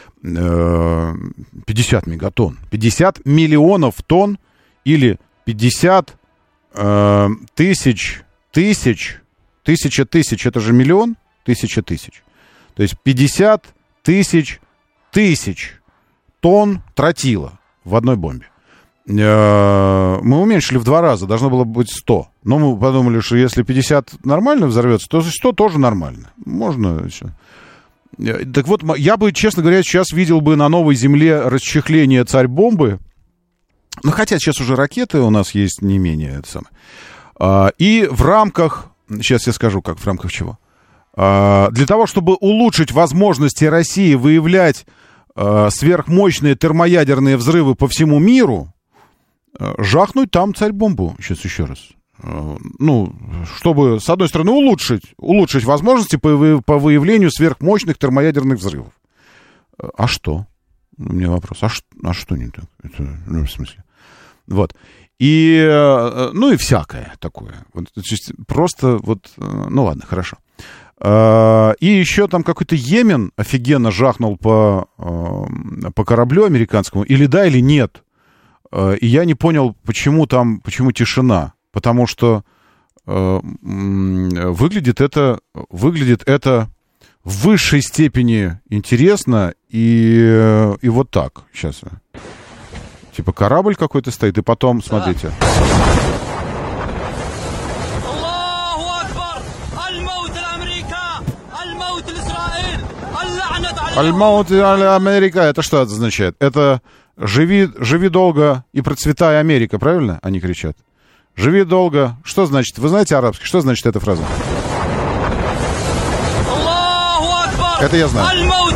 пятьдесят мегатонн. пятьдесят миллионов тонн или пятьдесят э, тысяч, тысяч, тысяча тысяч, это же миллион, тысяча тысяч. То есть пятьдесят тысяч тысяч тонн тротила в одной бомбе. Мы уменьшили в два раза, должно было быть сто. Но мы подумали, что если пятьдесят нормально взорвется, то сто тоже нормально. Можно еще. Так вот, я бы, честно говоря, сейчас видел бы на новой земле расчехление царь-бомбы. Ну, хотя сейчас уже ракеты у нас есть не менее это самое. И в рамках, сейчас я скажу, как в рамках чего. Для того, чтобы улучшить возможности России выявлять сверхмощные термоядерные взрывы по всему миру, жахнуть там царь-бомбу. Сейчас еще раз. Ну, чтобы, с одной стороны, улучшить, улучшить возможности по, вы, по выявлению сверхмощных термоядерных взрывов. А что? У меня вопрос. А, ш, а что не так? Это, ну, в смысле? Вот. И, ну, и всякое такое. Вот, просто вот, ну, ладно, хорошо. И еще там какой-то Йемен офигенно жахнул по, по кораблю американскому. Или да, или нет. И я не понял, почему там, почему тишина. Потому что э, выглядит это, выглядит это в высшей степени интересно. И, и вот так. Сейчас. Типа корабль какой-то стоит, и потом, смотрите. Аль-Маут Америка. Это что это означает? Это живи, живи долго и процветай, Америка, правильно? Они кричат. Живи долго. Что значит? Вы знаете арабский? Что значит эта фраза? Это я знаю.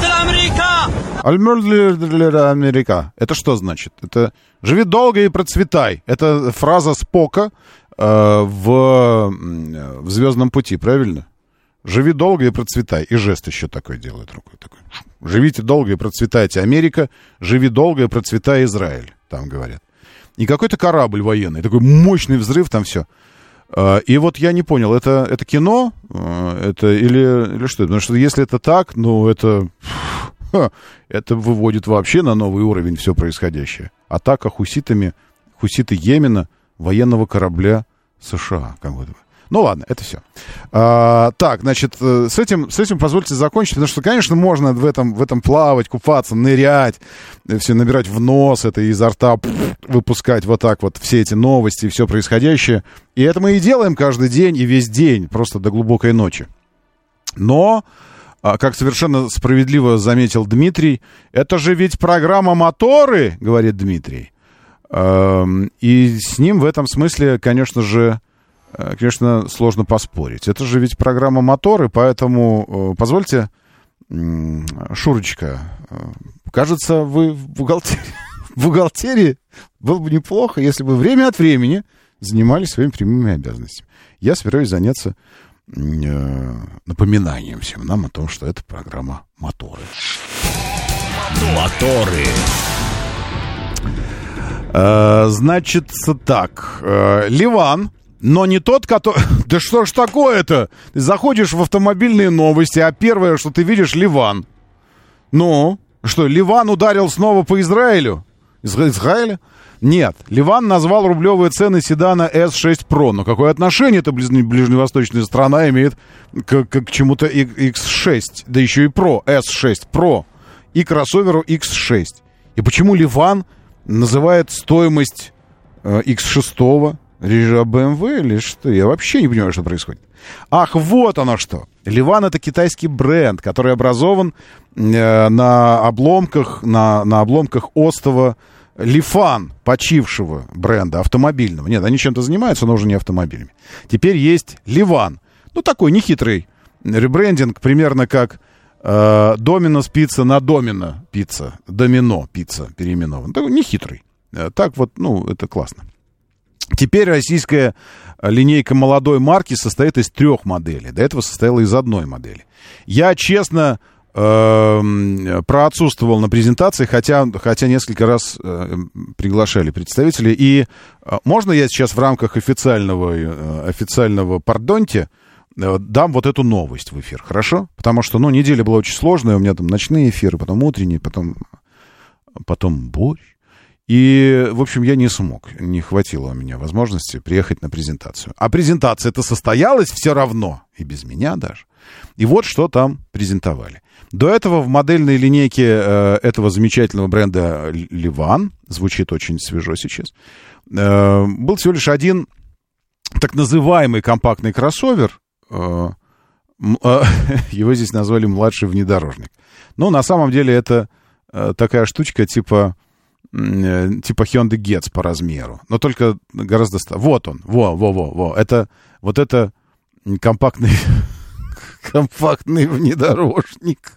Аль-Америка. Это что значит? Это живи долго и процветай. Это фраза Спока э, в, в «Звездном пути», правильно? Живи долго и процветай. И жест еще такой делает рукой. Такой. Живите долго и процветайте, Америка. Живи долго и процветай, Израиль. Там говорят. И какой-то корабль военный. Такой мощный взрыв, там все. И вот я не понял, это, это кино? Это или, или что? Потому что если это так, ну это... Это выводит вообще на новый уровень все происходящее. Атака хуситами, хуситы Йемена, военного корабля США. Как бы. Ну ладно, это все. А, так, значит, с этим, с этим позвольте закончить, потому что, конечно, можно в этом, в этом плавать, купаться, нырять, все набирать в нос, это изо рта выпускать вот так вот все эти новости, все происходящее. И это мы и делаем каждый день и весь день, просто до глубокой ночи. Но... Как совершенно справедливо заметил Дмитрий, это же ведь программа «Моторы», говорит Дмитрий. И с ним в этом смысле, конечно же, конечно, сложно поспорить. Это же ведь программа «Моторы», поэтому позвольте, Шурочка, кажется, вы в бухгалтерии, в бухгалтерии было бы неплохо, если бы время от времени занимались своими прямыми обязанностями. Я собираюсь заняться напоминанием всем нам о том, что это программа «Моторы». Моторы. А, значит, так. Ливан, но не тот, который... Да что ж такое-то? Ты заходишь в автомобильные новости, а первое, что ты видишь, Ливан. Ну, что, Ливан ударил снова по Израилю? Из Израиля? Нет, Ливан назвал рублевые цены седана эс шесть про. Но какое отношение эта ближневосточная страна имеет к, к, к чему-то икс шесть, да еще и Pro, эс шесть про, и кроссоверу икс шесть? И почему Ливан называет стоимость э, икс шесть реже бэ эм вэ или что? Я вообще не понимаю, что происходит. Ах, вот оно что. Ливан — это китайский бренд, который образован э, на обломках, на, на обломках остова Лифан, почившего бренда автомобильного. Нет, они чем-то занимаются, но уже не автомобилями. Теперь есть Ливан. Ну, такой нехитрый ребрендинг, примерно как э, Доминос пицца на Домино пицца. Домино пицца переименован. Такой нехитрый. Так вот, ну, это классно. Теперь российская линейка молодой марки состоит из трех моделей. До этого состояла из одной модели. Я, честно... проотсутствовал на презентации, хотя, хотя несколько раз э, приглашали представителей. И э, можно я сейчас в рамках официального, э, официального пардонте э, дам вот эту новость в эфир, хорошо? Потому что, ну, неделя была очень сложная, у меня там ночные эфиры, потом утренние, потом, потом борщ. И, в общем, я не смог, не хватило у меня возможности приехать на презентацию. А презентация-то состоялась все равно, и без меня даже. И вот что там презентовали. До этого в модельной линейке э, этого замечательного бренда Ливан, звучит очень свежо сейчас, э, был всего лишь один так называемый компактный кроссовер. Э, э, его здесь назвали «младший внедорожник». Но на самом деле это э, такая штучка типа, э, типа Hyundai Getz по размеру. Но только гораздо... Вот он, во, во, во, во. Это, вот это компактный... компактный внедорожник.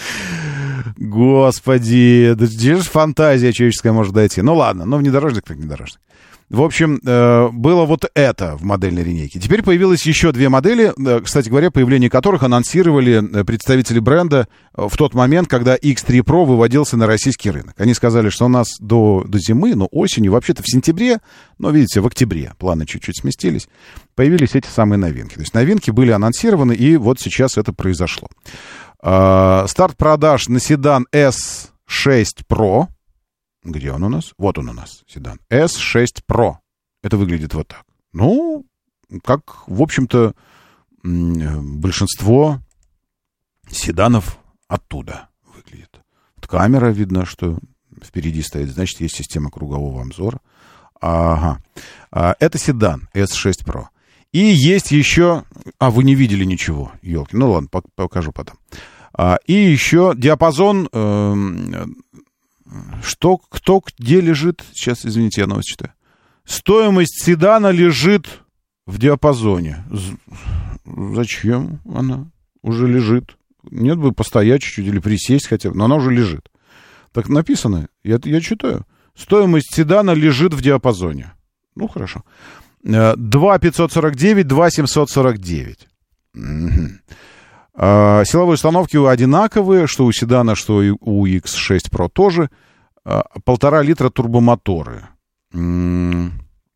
Господи, да где же фантазия человеческая может дойти? Ну ладно, но внедорожник так внедорожник. В общем, э, было вот это в модельной линейке. Теперь появилось еще две модели, э, кстати говоря, появление которых анонсировали представители бренда в тот момент, когда икс три про выводился на российский рынок. Они сказали, что у нас до, до зимы, ну осенью, вообще-то в сентябре, но видите, в октябре, планы чуть-чуть сместились, появились эти самые новинки. То есть новинки были анонсированы, и вот сейчас это произошло. Э, старт продаж на седан эс шесть про. Где он у нас? Вот он у нас, седан. эс шесть про. Это выглядит вот так. Ну, как, в общем-то, большинство седанов оттуда выглядит. Вот камера, видно, что впереди стоит. Значит, есть система кругового обзора. Ага. Это седан эс шесть про. И есть еще... А, вы не видели ничего, елки. Ну ладно, покажу потом. И еще диапазон... Что, кто где лежит? Сейчас, извините, я новость читаю. Стоимость седана лежит в диапазоне. Зачем она уже лежит? Нет бы постоять чуть-чуть или присесть хотя бы, но она уже лежит. Так написано, я, я читаю. Стоимость седана лежит в диапазоне. Ну, хорошо. два пятьсот сорок девять, два семьсот сорок девять. Угу. А, силовые установки одинаковые, что у седана, что и у икс шесть про тоже. А, полтора литра турбомоторы. М-м-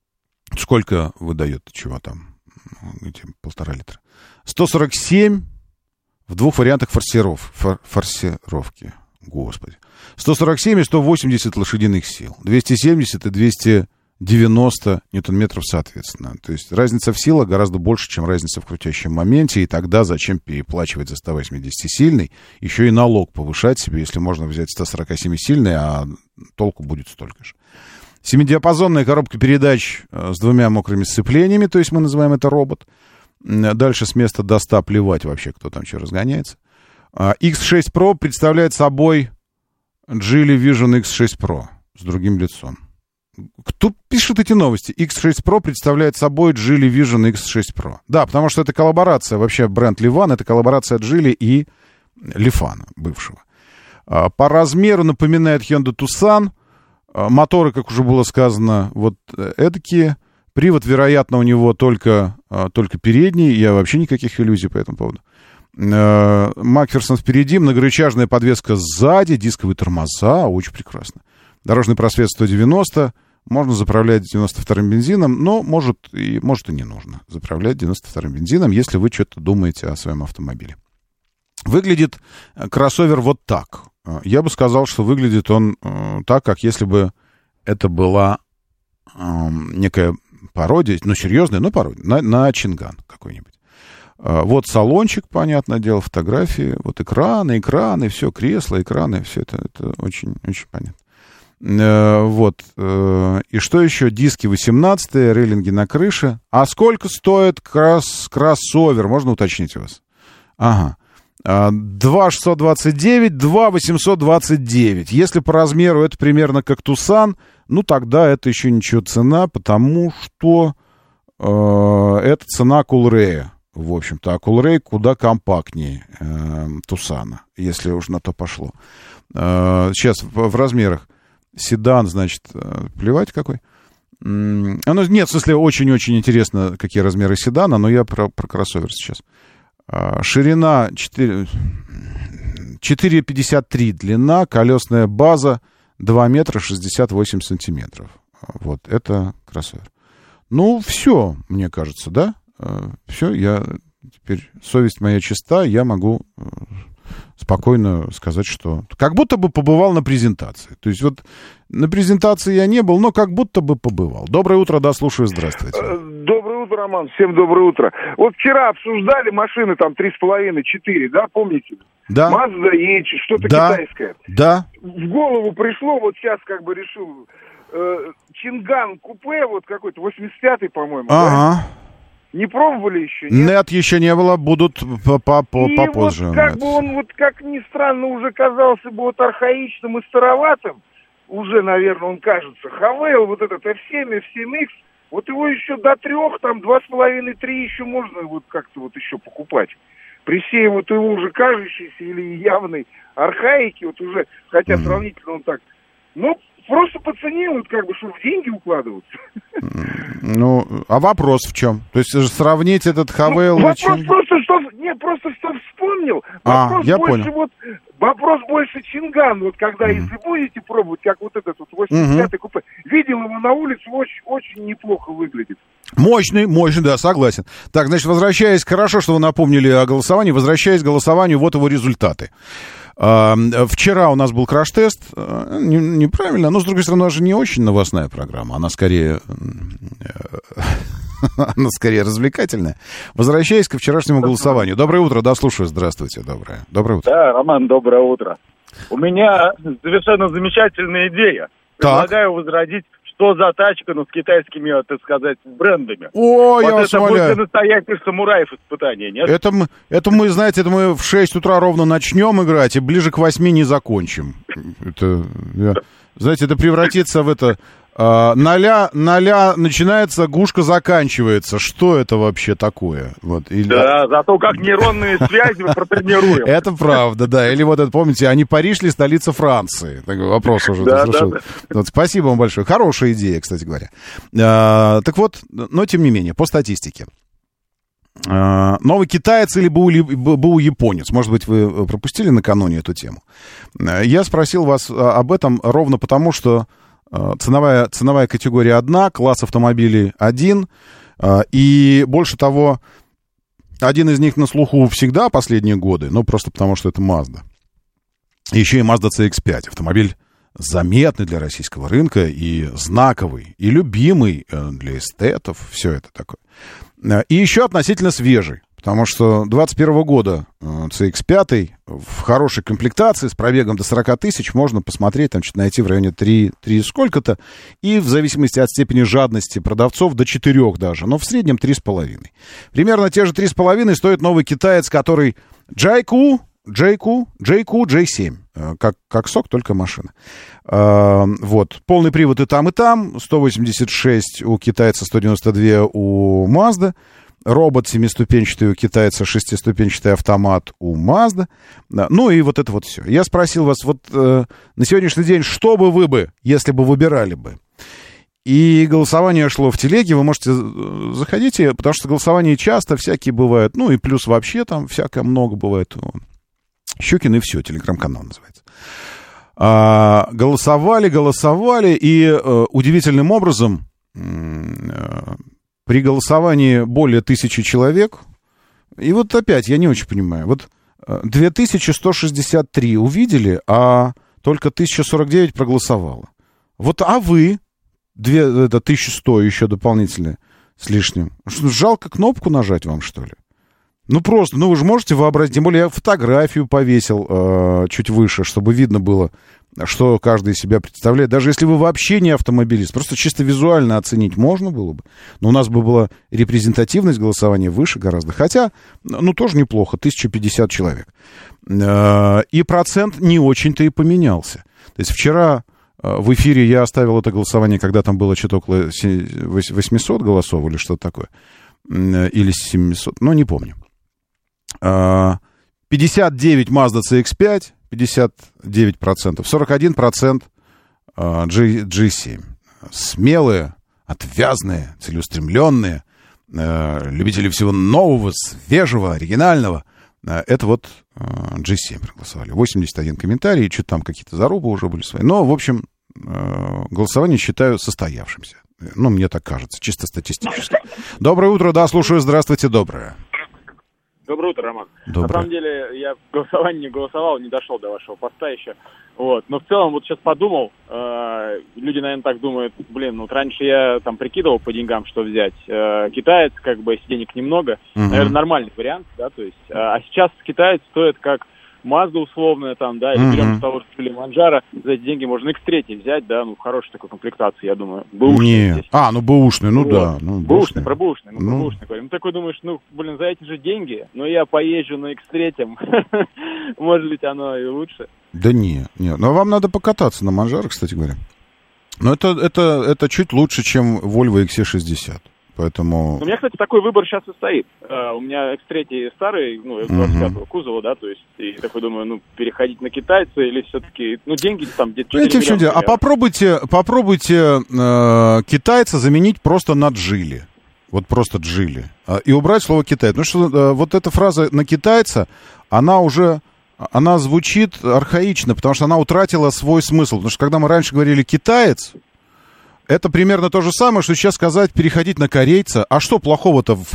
сколько выдает, чего там? Эти полтора литра. сто сорок семь в двух вариантах форсиров, фор- форсировки. Господи. сто сорок семь и сто восемьдесят лошадиных сил. двести семьдесят и двести девяносто ньютон-метров соответственно. То есть разница в силах гораздо больше, чем разница в крутящем моменте. И тогда зачем переплачивать за сто восьмидесятисильный? Еще и налог повышать себе, если можно взять сто сорок семь-сильный, а толку будет столько же. Семидиапазонная коробка передач с двумя мокрыми сцеплениями, то есть мы называем это робот. Дальше с места до ста плевать вообще, кто там что разгоняется. икс шесть про представляет собой Geely Vision икс шесть про с другим лицом. Кто пишет эти новости? икс шесть про представляет собой Geely Vision икс шесть про. Да, потому что это коллаборация, вообще бренд Ливан, это коллаборация Geely и Лифана бывшего. По размеру напоминает Hyundai Tucson. Моторы, как уже было сказано, вот эдакие. Привод, вероятно, у него только, только передний. Я вообще никаких иллюзий по этому поводу. Макферсон впереди, многорычажная подвеска сзади, дисковые тормоза, очень прекрасно. Дорожный просвет сто девяносто, можно заправлять девяносто вторым бензином, но может и, может и не нужно заправлять девяносто вторым бензином, если вы что-то думаете о своем автомобиле. Выглядит кроссовер вот так. Я бы сказал, что выглядит он так, как если бы это была э, некая пародия, ну, серьезная, но пародия, на, на Чинган какой-нибудь. Вот салончик, понятное дело, фотографии, вот экраны, экраны, все, кресла, экраны, все это, это очень, очень понятно. Вот. И что еще? Диски восемнадцатые, рейлинги на крыше. А сколько стоит кросс- кроссовер? Можно уточнить у вас? Ага. два шестьсот двадцать девять, два восемьсот двадцать девять. Если по размеру это примерно как Тусан, ну тогда это еще ничего цена, потому что э, это цена Кулрея. В общем-то, а Кулрей куда компактнее э, Тусана, если уж на то пошло. Э, сейчас в, в размерах седан, значит, э, плевать какой. М- ну, нет, в смысле, очень-очень интересно, какие размеры седана, но я про, про кроссовер сейчас. Э, ширина четыре пятьдесят три, длина, колесная база два метра шестьдесят восемь сантиметров. Вот, это кроссовер. Ну, все, мне кажется, да? Все, я теперь, совесть моя чиста, я могу э, спокойно сказать, что как будто бы побывал на презентации. То есть вот на презентации я не был, но как будто бы побывал. Доброе утро, да, слушаю, здравствуйте. Доброе утро, Роман, всем доброе утро. Вот вчера обсуждали машины там три с половиной, четыре, да, помните? Да. Mazda H, что-то да. китайское. Да. В голову пришло, вот сейчас как бы решил, э, Чинган купе, вот какой-то, восемьдесят пятый, по-моему, ага. да? Не пробовали еще? Нет, нет еще не было, будут попозже. И вот как бы он, вот как ни странно, уже казался бы вот архаичным и староватым, уже, наверное, он кажется. Хавейл, вот этот эф семь, эф семь икс, вот его еще до трех, там, два с половиной, три еще можно вот как-то вот еще покупать. При всей вот его уже кажущейся или явной архаике, вот уже, хотя mm-hmm. сравнительно он так, ну, просто по цене, вот как бы, чтобы в деньги укладываться. Ну, а вопрос в чем? То есть сравнить этот Хавейл... Ну, вопрос чем... просто, что... Нет, просто что вспомнил. Вопрос а, я больше понял. Вот... Вопрос больше Чинган, вот когда, mm. если будете пробовать, как вот этот вот восемьдесят пятый mm-hmm. купе, видел его на улице, очень, очень неплохо выглядит. Мощный, мощный, да, согласен. Так, значит, возвращаясь, хорошо, что вы напомнили о голосовании, возвращаясь к голосованию, вот его результаты. Вчера у нас был краш-тест, неправильно, но, с другой стороны, она же не очень новостная программа, она скорее, она скорее развлекательная. Возвращаясь к вчерашнему голосованию. Доброе утро, да, слушаю, здравствуйте, доброе, доброе утро. Да, Роман, доброе утро. У меня совершенно замечательная идея. Предлагаю возродить, что за тачка, но с китайскими, так сказать, брендами. О, вот я вас умоляю. Это будет для настоящих самураев испытание, нет? Это мы, это мы, знаете, это мы в шесть утра ровно начнем играть и ближе к восьми не закончим. Это, я, знаете, это превратится в это... А, ноля, ноля начинается, гушка заканчивается. Что это вообще такое? Вот, или... Да, зато как нейронные связи мы протренируем. Это правда, да. Или вот это, помните, они Париж ли столица Франции? Такой вопрос уже. Да, да, да. Вот, спасибо вам большое. Хорошая идея, кстати говоря. А, так вот, но тем не менее, по статистике. А, новый китаец или БУ, БУ японец? Может быть, вы пропустили накануне эту тему? Я спросил вас об этом ровно потому, что Ценовая, ценовая категория одна, класс автомобилей один, и больше того, один из них на слуху всегда последние годы, ну, просто потому что это Mazda. Еще и Mazda си икс пять, автомобиль заметный для российского рынка и знаковый, и любимый для эстетов, все это такое. И еще относительно свежий, потому что двадцать первого года си икс пять в хорошей комплектации с пробегом до сорок тысяч можно посмотреть, там что-то найти в районе три, три сколько-то, и в зависимости от степени жадности продавцов до четырех даже, но в среднем три с половиной. Примерно те же три с половиной стоит новый китаец, который Джайку, Джейку, Джейку, джей семь. Как, как сок, только машина. А, вот. Полный привод и там, и там. сто восемьдесят шесть у китайца, сто девяносто два у Mazda. Робот семиступенчатый у китайца, шестиступенчатый автомат у Mazda. Ну и вот это вот все. Я спросил вас, вот э, на сегодняшний день, что бы вы бы, если бы выбирали бы? И голосование шло в телеге, вы можете заходите, потому что голосования часто всякие бывают. Ну и плюс вообще там всякое много бывает. Щукин и все, телеграм-канал называется. А, голосовали, голосовали, и э, удивительным образом... Э, При голосовании более тысячи человек, и вот опять, я не очень понимаю, вот две тысячи сто шестьдесят три увидели, а только тысяча сорок девять проголосовало. Вот, а вы, две, это тысяча сто еще дополнительно с лишним, что, жалко кнопку нажать вам, что ли? Ну, просто, ну, вы же можете вообразить, тем более я фотографию повесил э, чуть выше, чтобы видно было, что каждый из себя представляет. Даже если вы вообще не автомобилист, просто чисто визуально оценить можно было бы. Но у нас бы была репрезентативность голосования выше гораздо. Хотя, ну, тоже неплохо, тысяча пятьдесят человек. Э, и процент не очень-то и поменялся. То есть вчера э, в эфире я оставил это голосование, когда там было что-то около восемьсот голосов или что-то такое. Э, или семьсот, ну, не помню. пятьдесят девять Mazda си икс пять, пятьдесят девять процентов, сорок один процент джи семь. Смелые, отвязные, целеустремленные, любители всего нового, свежего, оригинального. Это вот джи семь проголосовали. восемьдесят один комментарий, что-то там какие-то зарубы уже были свои. Но, в общем, голосование считаю состоявшимся. Ну, мне так кажется, чисто статистически. Доброе утро, да, слушаю, здравствуйте, доброе. Доброе утро, Роман. Доброе. На самом деле, я в голосовании не голосовал, не дошел до вашего поста еще. Вот. Но в целом, вот сейчас подумал, э, люди, наверное, так думают, блин, вот раньше я там прикидывал по деньгам, что взять. Э, китаец, как бы, если денег немного, uh-huh. наверное, нормальный вариант, да, то есть. Э, а сейчас китаец стоит как Mazda условная там, да, или uh-huh. берем того же Килиманджаро, за эти деньги можно икс три взять, да, ну, в хорошей такой комплектации, я думаю. Не. А, ну, бэушный, ну, вот. Да. Ну, бэушный, про бэушный, ну, ну. про бэушный говорим. Ну, такой думаешь, ну, блин, за эти же деньги, но я поезжу на икс три, может быть, оно и лучше. Да не, не, но вам надо покататься на Манжаро, кстати говоря. Но это, это, это чуть лучше, чем Volvo икс си шестьдесят. Поэтому... У меня, кстати, такой выбор сейчас и стоит. Uh, у меня икс три старый, ну, двадцать пятого uh-huh. кузова, да, то есть, и такой думаю, ну, переходить на китайца или все-таки, ну, деньги там где-то... Знаете, в чем дело? А попробуйте, попробуйте э, китайца заменить просто на Джили. Вот просто Джили. И убрать слово «китаец». Потому что э, вот эта фраза «на китайца», она уже... Она звучит архаично, потому что она утратила свой смысл. Потому что когда мы раньше говорили «китаец», это примерно то же самое, что сейчас сказать переходить на корейца. А что плохого-то в,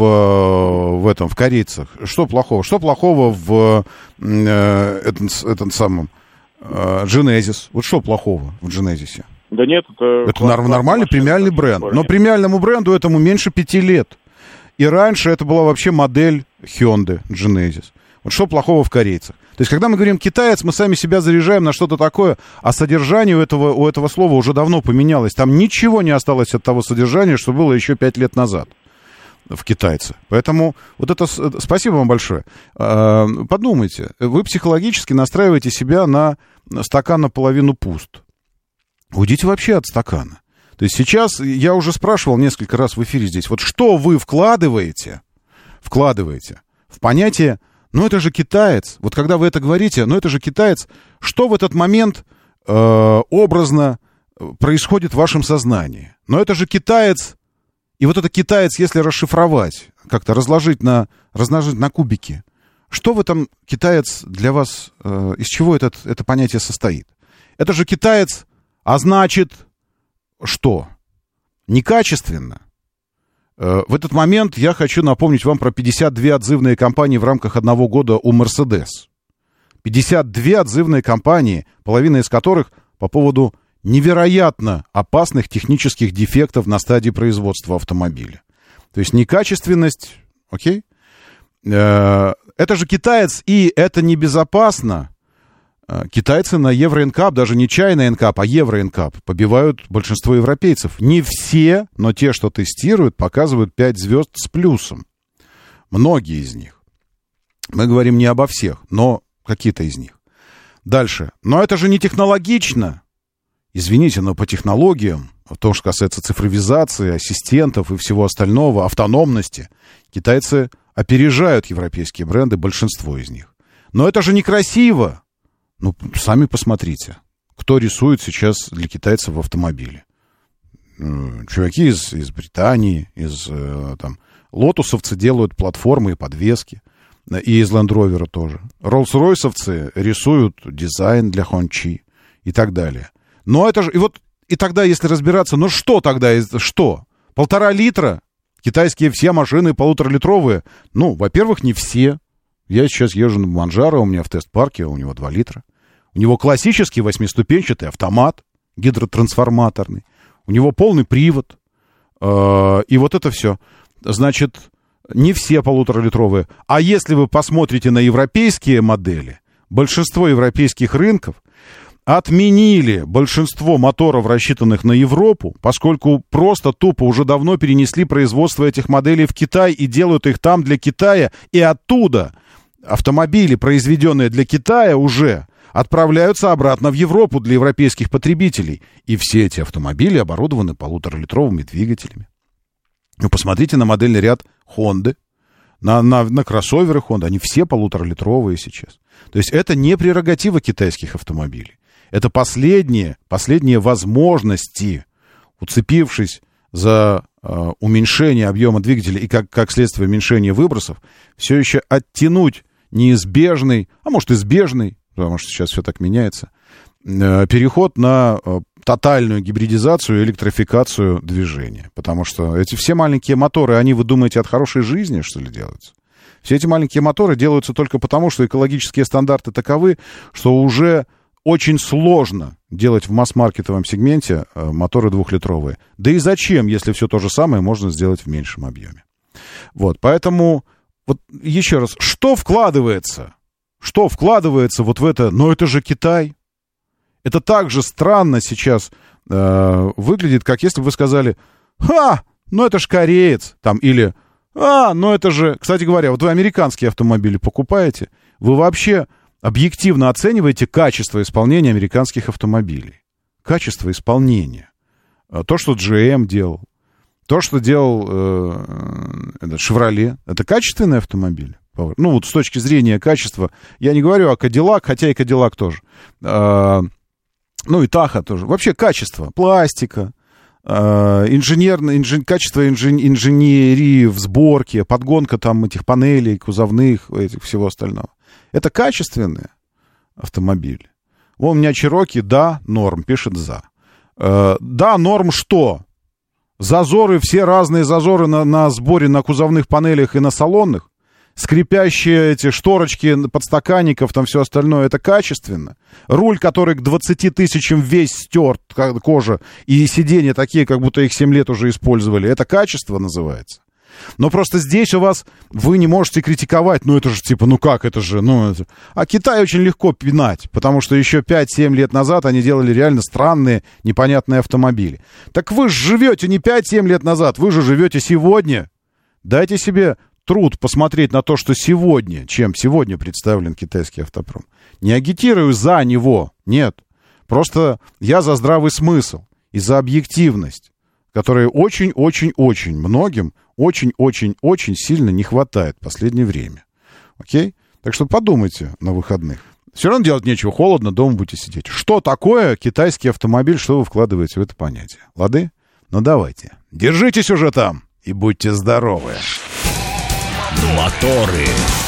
в этом, в корейцах? Что плохого? Что плохого в э, этом, этом самом э, Genesis? Вот что плохого в Genesis? Да нет, это... Это класс, нормальный машина, премиальный бренд. Но премиальному бренду этому меньше пяти лет. И раньше это была вообще модель Hyundai Genesis. Вот что плохого в корейцах? То есть, когда мы говорим «китаец», мы сами себя заряжаем на что-то такое, а содержание у этого, у этого слова уже давно поменялось. Там ничего не осталось от того содержания, что было еще пять лет назад в «китайце». Поэтому вот это... Спасибо вам большое. Подумайте. Вы психологически настраиваете себя на стакан наполовину пуст. уйдите вообще от стакана. То есть сейчас, я уже спрашивал несколько раз в эфире здесь, вот что вы вкладываете, вкладываете в понятие, ну это же китаец. Вот когда вы это говорите, ну это же китаец, что в этот момент э, образно происходит в вашем сознании? Но это же китаец, и вот это китаец, если расшифровать, как-то разложить на, разложить на кубики, что в этом китаец для вас, э, из чего этот, это понятие состоит? Это же китаец, а значит, что? Некачественно. Э, в этот момент я хочу напомнить вам про пятьдесят две отзывные кампании в рамках одного года у Mercedes. пятьдесят две отзывные кампании, половина из которых по поводу невероятно опасных технических дефектов на стадии производства автомобиля. То есть некачественность, окей? Э, это же китаец, и это небезопасно. Китайцы на Евро-НКАП, даже не чай на НКАП, а Евро-НКАП, побивают большинство европейцев. Не все, но те, что тестируют, показывают пять звезд с плюсом. Многие из них. Мы говорим не обо всех, но какие-то из них. Дальше. Но это же не технологично. Извините, но по технологиям, в том, что касается цифровизации, ассистентов и всего остального, автономности, китайцы опережают европейские бренды, большинство из них. Но это же некрасиво. Ну, сами посмотрите, кто рисует сейчас для китайцев автомобили. Чуваки из, из Британии, из там, лотусовцы делают платформы и подвески, и из Land Rover тоже. Роллс-ройсовцы рисуют дизайн для Хончи и так далее. Но это же, и вот, и тогда, если разбираться, ну что тогда, что? Полтора литра? Китайские все машины полуторалитровые? Ну, во-первых, не все. Я сейчас езжу на Манжаро, у меня в тест-парке, у него два литра. У него классический восьмиступенчатый автомат, гидротрансформаторный. У него полный привод. Э- и вот это все. Значит, не все полуторалитровые. А если вы посмотрите на европейские модели, большинство европейских рынков отменили большинство моторов, рассчитанных на Европу, поскольку просто тупо уже давно перенесли производство этих моделей в Китай и делают их там для Китая, и оттуда автомобили, произведенные для Китая, уже отправляются обратно в Европу для европейских потребителей. И все эти автомобили оборудованы полуторалитровыми двигателями. Ну, посмотрите на модельный ряд Honda, на, на, на кроссоверы Honda, они все полуторалитровые сейчас. То есть это не прерогатива китайских автомобилей. Это последние, последние возможности, уцепившись за э, уменьшение объема двигателя и как, как следствие уменьшения выбросов, все еще оттянуть неизбежный, а может избежный, потому что сейчас все так меняется, э, переход на э, тотальную гибридизацию и электрификацию движения. Потому что эти все маленькие моторы, они, вы думаете, от хорошей жизни, что ли, делаются? Все эти маленькие моторы делаются только потому, что экологические стандарты таковы, что уже очень сложно делать в масс-маркетовом сегменте э, моторы двухлитровые. Да и зачем, если все то же самое можно сделать в меньшем объеме? Вот, поэтому, вот еще раз, что вкладывается? Что вкладывается вот в это? Но это же Китай. Это так же странно сейчас э, выглядит, как если бы вы сказали: «Ха, ну это же кореец», там, или «А, ну это же...» Кстати говоря, вот вы американские автомобили покупаете, вы вообще объективно оцениваете качество исполнения американских автомобилей. Качество исполнения. То, что джи эм делал, то, что делал э, Chevrolet, это качественный автомобиль. Ну, вот с точки зрения качества, я не говорю о Cadillac, хотя и Cadillac тоже. Э, ну, и Tahoe тоже. Вообще качество, пластика, э, инженерное, инжен, качество инжен, инженерии в сборке, подгонка там этих панелей, кузовных, этих, всего остального. Это качественные автомобили. Вон у меня Cherokee, да, норм, пишет за. Э, да, норм что? Зазоры, все разные зазоры на, на сборе на кузовных панелях и на салонных. Скрипящие эти шторочки подстаканников, там все остальное, это качественно. Руль, который к двадцати тысячам весь стерт, кожа, и сиденья такие, как будто их семь лет уже использовали, это качество называется. Но просто здесь у вас, вы не можете критиковать, ну это же типа, ну как это же, ну это... А Китай очень легко пинать, потому что еще пять-семь лет назад они делали реально странные, непонятные автомобили. Так вы же живете не пять-семь лет назад, вы же живете сегодня. Дайте себе труд посмотреть на то, что сегодня, чем сегодня представлен китайский автопром. Не агитирую за него, нет. Просто я за здравый смысл и за объективность, которой очень-очень-очень многим очень-очень-очень сильно не хватает в последнее время. Окей? Так что подумайте на выходных. Все равно делать нечего, холодно, дома будете сидеть. Что такое китайский автомобиль, что вы вкладываете в это понятие? Лады? Ну давайте. Держитесь уже там и будьте здоровы. Моторы.